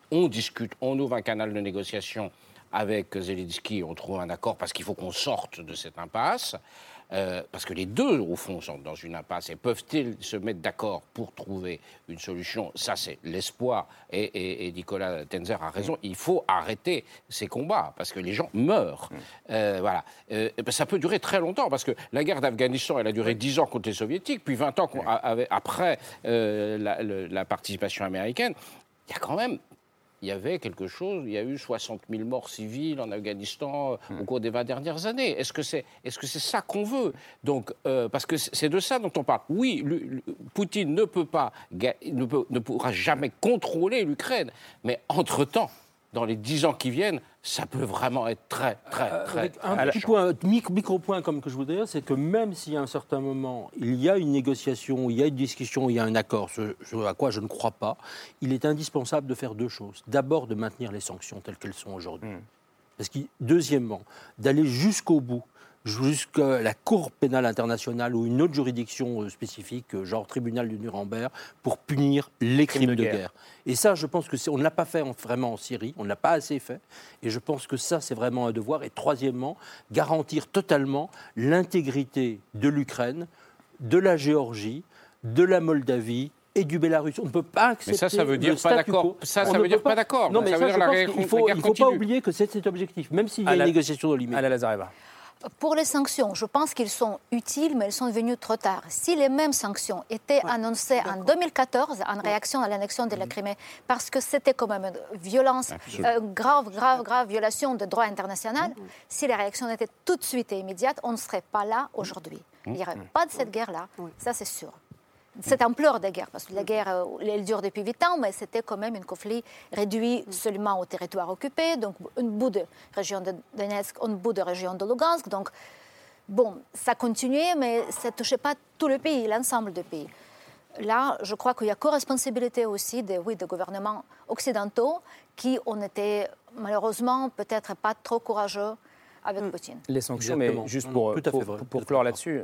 [SPEAKER 6] on ouvre un canal de négociation avec Zelensky, on trouve un accord parce qu'il faut qu'on sorte de cette impasse. Parce que les deux, au fond, sont dans une impasse. Et peuvent-ils se mettre d'accord pour trouver une solution ? Ça, c'est l'espoir. Et Nicolas Tenzer a raison. Il faut arrêter ces combats, parce que les gens meurent. Voilà. Ça peut durer très longtemps, parce que la guerre d'Afghanistan, elle a duré 10 ans contre les Soviétiques, puis 20 ans après la participation américaine. Il y avait quelque chose, il y a eu 60 000 morts civiles en Afghanistan au cours des 20 dernières années. Est-ce que c'est ça qu'on veut ? Donc, parce que c'est de ça dont on parle. Oui, Poutine ne pourra jamais contrôler l'Ukraine, mais entre-temps, dans les 10 ans qui viennent, ça peut vraiment être très
[SPEAKER 4] un petit point, micro-point comme que je voudrais dire, c'est que même si à un certain moment, il y a une négociation, il y a une discussion, il y a un accord, à quoi je ne crois pas, il est indispensable de faire deux choses. D'abord, de maintenir les sanctions telles qu'elles sont aujourd'hui. Parce que, deuxièmement, d'aller jusqu'au bout, jusqu'à la Cour pénale internationale ou une autre juridiction spécifique, genre tribunal de Nuremberg, pour punir les crimes de guerre. Et ça, je pense qu'on ne l'a pas fait vraiment en Syrie, on ne l'a pas assez fait, et je pense que ça, c'est vraiment un devoir. Et troisièmement, garantir totalement l'intégrité de l'Ukraine, de la Géorgie, de la Moldavie, et du Bélarus. On ne peut pas accepter.
[SPEAKER 6] Mais ça veut dire pas d'accord. Ça veut dire pas d'accord.
[SPEAKER 4] Non, mais ça, je pense qu'il ne faut pas oublier que c'est cet objectif, même s'il y a une négociation dans l'immédiat.
[SPEAKER 1] Anna Lazareva.
[SPEAKER 2] Pour les sanctions, je pense qu'elles sont utiles, mais elles sont venues trop tard. Si les mêmes sanctions étaient annoncées en 2014, en réaction à l'annexion de la Crimée, parce que c'était quand même une violence, grave violation de droit international, si la réaction était tout de suite et immédiate, on ne serait pas là aujourd'hui. Il n'y aurait pas de cette guerre-là, ça c'est sûr. Cette ampleur de guerre, parce que la guerre, elle dure depuis 8 ans, mais c'était quand même un conflit réduit seulement au territoire occupé, donc un bout de région de Donetsk, un bout de région de Lugansk. Donc, bon, ça continuait, mais ça ne touchait pas tout le pays, l'ensemble du pays. là, je crois qu'il y a co-responsabilité aussi des gouvernements occidentaux qui ont été malheureusement peut-être pas trop courageux avec Poutine.
[SPEAKER 1] Les sanctions, mais juste pour clore là-dessus,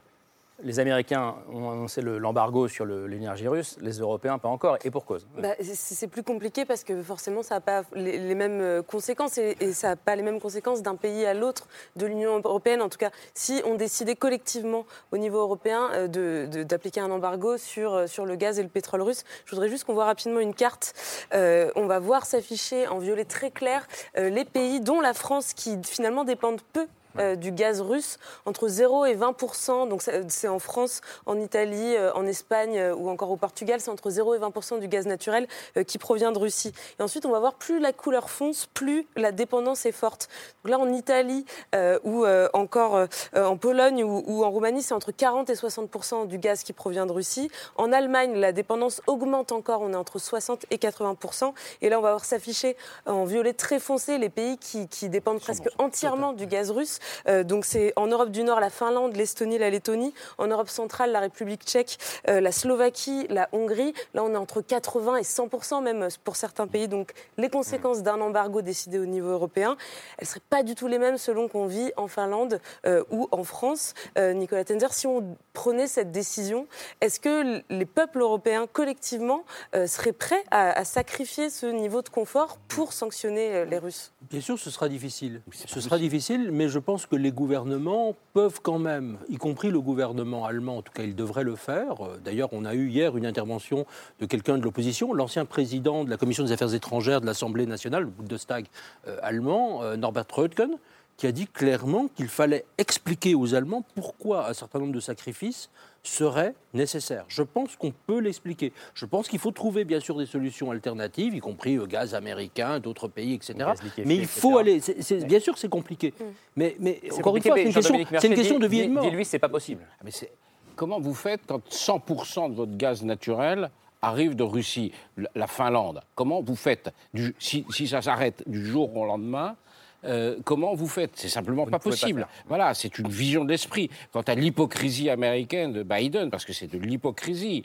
[SPEAKER 1] les Américains ont annoncé l'embargo sur l'énergie russe, les Européens pas encore, et pour cause.
[SPEAKER 3] C'est plus compliqué parce que forcément ça n'a pas les mêmes conséquences et ça n'a pas les mêmes conséquences d'un pays à l'autre de l'Union européenne. En tout cas, si on décidait collectivement au niveau européen d'appliquer un embargo sur le gaz et le pétrole russe, je voudrais juste qu'on voit rapidement une carte. On va voir s'afficher en violet très clair les pays dont la France qui finalement dépendent peu du gaz russe, entre 0 et 20%, donc c'est en France, en Italie, en Espagne ou encore au Portugal, c'est entre 0 et 20% du gaz naturel qui provient de Russie. Et ensuite, on va voir plus la couleur fonce, plus la dépendance est forte. Donc là, en Italie ou encore en Pologne ou en Roumanie, c'est entre 40 et 60% du gaz qui provient de Russie. En Allemagne, la dépendance augmente encore, on est entre 60 et 80%. Et là, on va voir s'afficher en violet très foncé les pays qui dépendent presque entièrement du gaz russe. Donc c'est en Europe du Nord la Finlande, l'Estonie, la Lettonie, en Europe centrale la République tchèque, la Slovaquie, la Hongrie. Là on est entre 80 et 100% même pour certains pays. Donc les conséquences d'un embargo décidé au niveau européen, elles ne seraient pas du tout les mêmes selon qu'on vit en Finlande ou en France. Nicolas Tenzer, si on prenait cette décision, est-ce que les peuples européens collectivement seraient prêts à sacrifier ce niveau de confort pour sanctionner les Russes ?
[SPEAKER 4] Bien sûr, ce sera difficile. Ce sera difficile, mais je pense que les gouvernements peuvent quand même, y compris le gouvernement allemand, en tout cas, ils devraient le faire. D'ailleurs, on a eu hier une intervention de quelqu'un de l'opposition, l'ancien président de la Commission des Affaires étrangères de l'Assemblée nationale, le Bundestag allemand, Norbert Röttgen, qui a dit clairement qu'il fallait expliquer aux Allemands pourquoi un certain nombre de sacrifices seraient nécessaires. Je pense qu'on peut l'expliquer. Je pense qu'il faut trouver bien sûr des solutions alternatives, y compris gaz américain, d'autres pays, etc. Mais il faut aller... bien sûr, c'est compliqué. Mais encore une fois, c'est une question de vie et de mort.
[SPEAKER 1] Dis-lui, c'est pas possible.
[SPEAKER 6] Mais comment vous faites quand 100% de votre gaz naturel arrive de Russie, la Finlande? Comment vous faites si ça s'arrête du jour au lendemain? Comment vous faites? C'est simplement pas possible. Voilà, c'est une vision de l'esprit. Quant à l'hypocrisie américaine de Biden, parce que c'est de l'hypocrisie,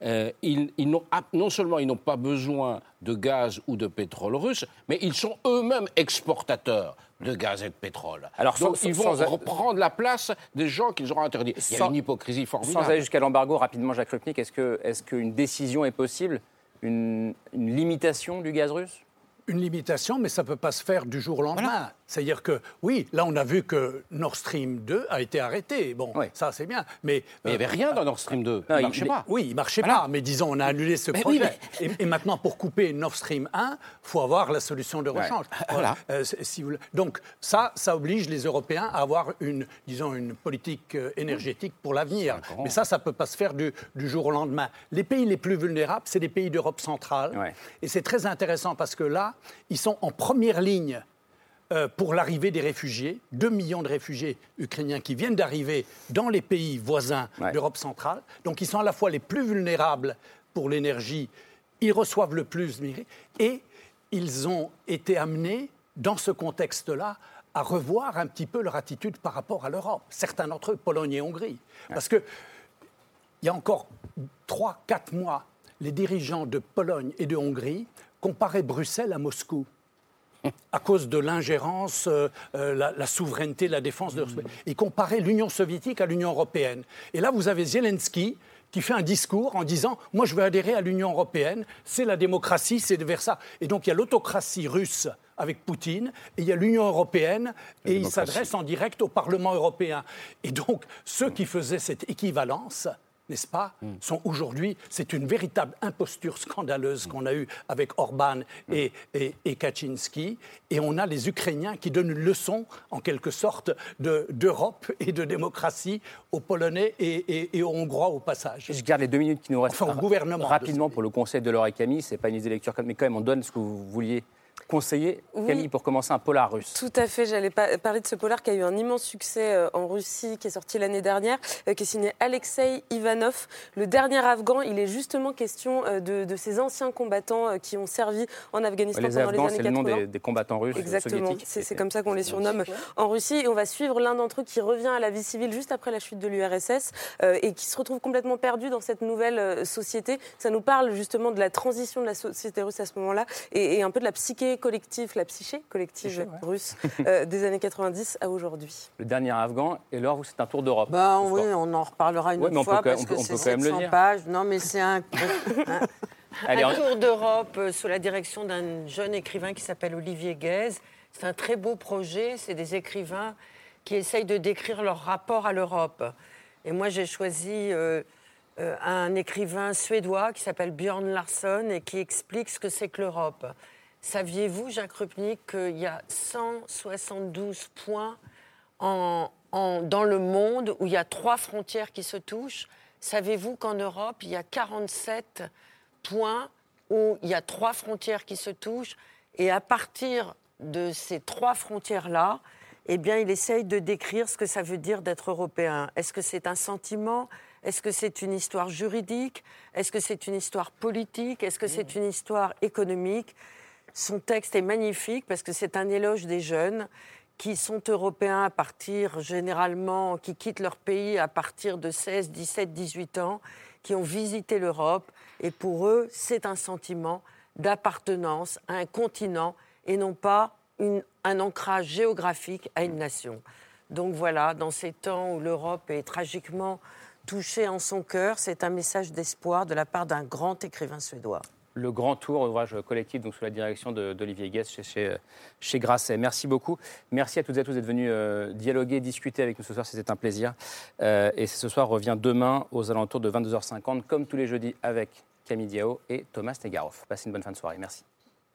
[SPEAKER 6] non seulement ils n'ont pas besoin de gaz ou de pétrole russe, mais ils sont eux-mêmes exportateurs de gaz et de pétrole. Alors, donc ils vont reprendre la place des gens qu'ils auront interdits. Il y a une hypocrisie formidable.
[SPEAKER 1] Sans aller jusqu'à l'embargo, rapidement, Jacques Lupnik, est-ce qu'une décision est possible, une limitation du gaz russe?
[SPEAKER 7] Une limitation, mais ça ne peut pas se faire du jour au lendemain. Voilà. C'est-à-dire que, oui, là, on a vu que Nord Stream 2 a été arrêté. Bon, ça, c'est bien. Mais
[SPEAKER 6] il n'y avait rien dans Nord Stream 2. Il ne marchait pas.
[SPEAKER 7] Oui, il ne marchait pas. Mais disons, on a annulé ce projet. Oui, et maintenant, pour couper Nord Stream 1, il faut avoir la solution de rechange. Voilà. Donc, ça oblige les Européens à avoir une politique énergétique pour l'avenir. Mais ça ne peut pas se faire du jour au lendemain. Les pays les plus vulnérables, c'est les pays d'Europe centrale. Ouais. Et c'est très intéressant parce que là, ils sont en première ligne pour l'arrivée des réfugiés, 2 millions de réfugiés ukrainiens qui viennent d'arriver dans les pays voisins d'Europe centrale. Donc ils sont à la fois les plus vulnérables pour l'énergie, ils reçoivent le plus, et ils ont été amenés, dans ce contexte-là, à revoir un petit peu leur attitude par rapport à l'Europe. Certains d'entre eux, Pologne et Hongrie. Parce qu'il y a encore 3-4 mois, les dirigeants de Pologne et de Hongrie comparaient Bruxelles à Moscou. À cause de l'ingérence, la souveraineté, la défense de... Ils comparaient l'Union soviétique à l'Union européenne. Et là, vous avez Zelensky qui fait un discours en disant « Moi, je veux adhérer à l'Union européenne, c'est la démocratie, c'est vers ça. » Et donc, il y a l'autocratie russe avec Poutine, et il y a l'Union européenne, et il s'adresse en direct au Parlement européen. Et donc, ceux qui faisaient cette équivalence... n'est-ce pas, sont aujourd'hui, c'est une véritable imposture scandaleuse qu'on a eue avec Orban et Kaczynski, et on a les Ukrainiens qui donnent une leçon, en quelque sorte, d'Europe et de démocratie aux Polonais et aux Hongrois au passage.
[SPEAKER 1] Je garde les 2 minutes qui nous restent
[SPEAKER 7] au gouvernement
[SPEAKER 1] rapidement pour le Conseil de Laure et Camille, c'est pas une idée de lecture, mais quand même on donne ce que vous vouliez conseillé, Camille, pour commencer, un polar russe.
[SPEAKER 3] Tout à fait, j'allais parler de ce polar qui a eu un immense succès en Russie, qui est sorti l'année dernière, qui est signé Alexei Ivanov. Le dernier Afghan, il est justement question de ces anciens combattants qui ont servi en Afghanistan pendant les années 80.
[SPEAKER 1] C'est le nom des combattants russes soviétiques.
[SPEAKER 3] C'est comme ça qu'on les surnomme en Russie. Et on va suivre l'un d'entre eux qui revient à la vie civile juste après la chute de l'URSS et qui se retrouve complètement perdu dans cette nouvelle société. Ça nous parle justement de la transition de la société russe à ce moment-là et un peu de la psyché collective, la psyché collective russe des années 90 à aujourd'hui.
[SPEAKER 1] Le dernier Afghan, et là, c'est un tour d'Europe.
[SPEAKER 10] Oui, on en reparlera une autre fois parce que c'est 700 pages. Non, mais c'est un tour d'Europe sous la direction d'un jeune écrivain qui s'appelle Olivier Guèze. C'est un très beau projet. C'est des écrivains qui essayent de décrire leur rapport à l'Europe. Et moi, j'ai choisi un écrivain suédois qui s'appelle Björn Larsson et qui explique ce que c'est que l'Europe. Saviez-vous, Jacques Rupnik, qu'il y a 172 points dans le monde où il y a 3 frontières qui se touchent? Savez-vous qu'en Europe, il y a 47 points où il y a 3 frontières qui se touchent? Et à partir de ces 3 frontières-là, eh bien, il essaye de décrire ce que ça veut dire d'être européen. Est-ce que c'est un sentiment? Est-ce que c'est une histoire juridique? Est-ce que c'est une histoire politique? Est-ce que c'est une histoire économique? Son texte est magnifique parce que c'est un éloge des jeunes qui sont européens à partir, généralement, qui quittent leur pays à partir de 16, 17, 18 ans, qui ont visité l'Europe. Et pour eux, c'est un sentiment d'appartenance à un continent et non pas un ancrage géographique à une nation. Donc voilà, dans ces temps où l'Europe est tragiquement touchée en son cœur, c'est un message d'espoir de la part d'un grand écrivain suédois.
[SPEAKER 1] Le Grand Tour, ouvrage collectif donc sous la direction d'Olivier Guèze chez Grasset. Merci beaucoup. Merci à toutes et à tous d'être venus dialoguer, discuter avec nous ce soir. C'était un plaisir. Et ce soir revient demain aux alentours de 22h50, comme tous les jeudis, avec Camille Diao et Thomas Negaroff. Passez une bonne fin de soirée. Merci.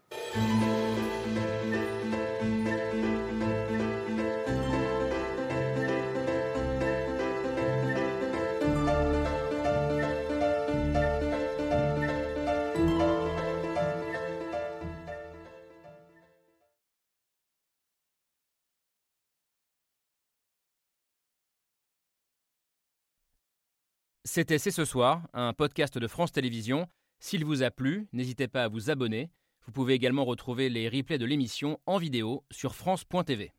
[SPEAKER 21] C'était C'est ce soir, un podcast de France Télévisions. S'il vous a plu, n'hésitez pas à vous abonner. Vous pouvez également retrouver les replays de l'émission en vidéo sur France.tv.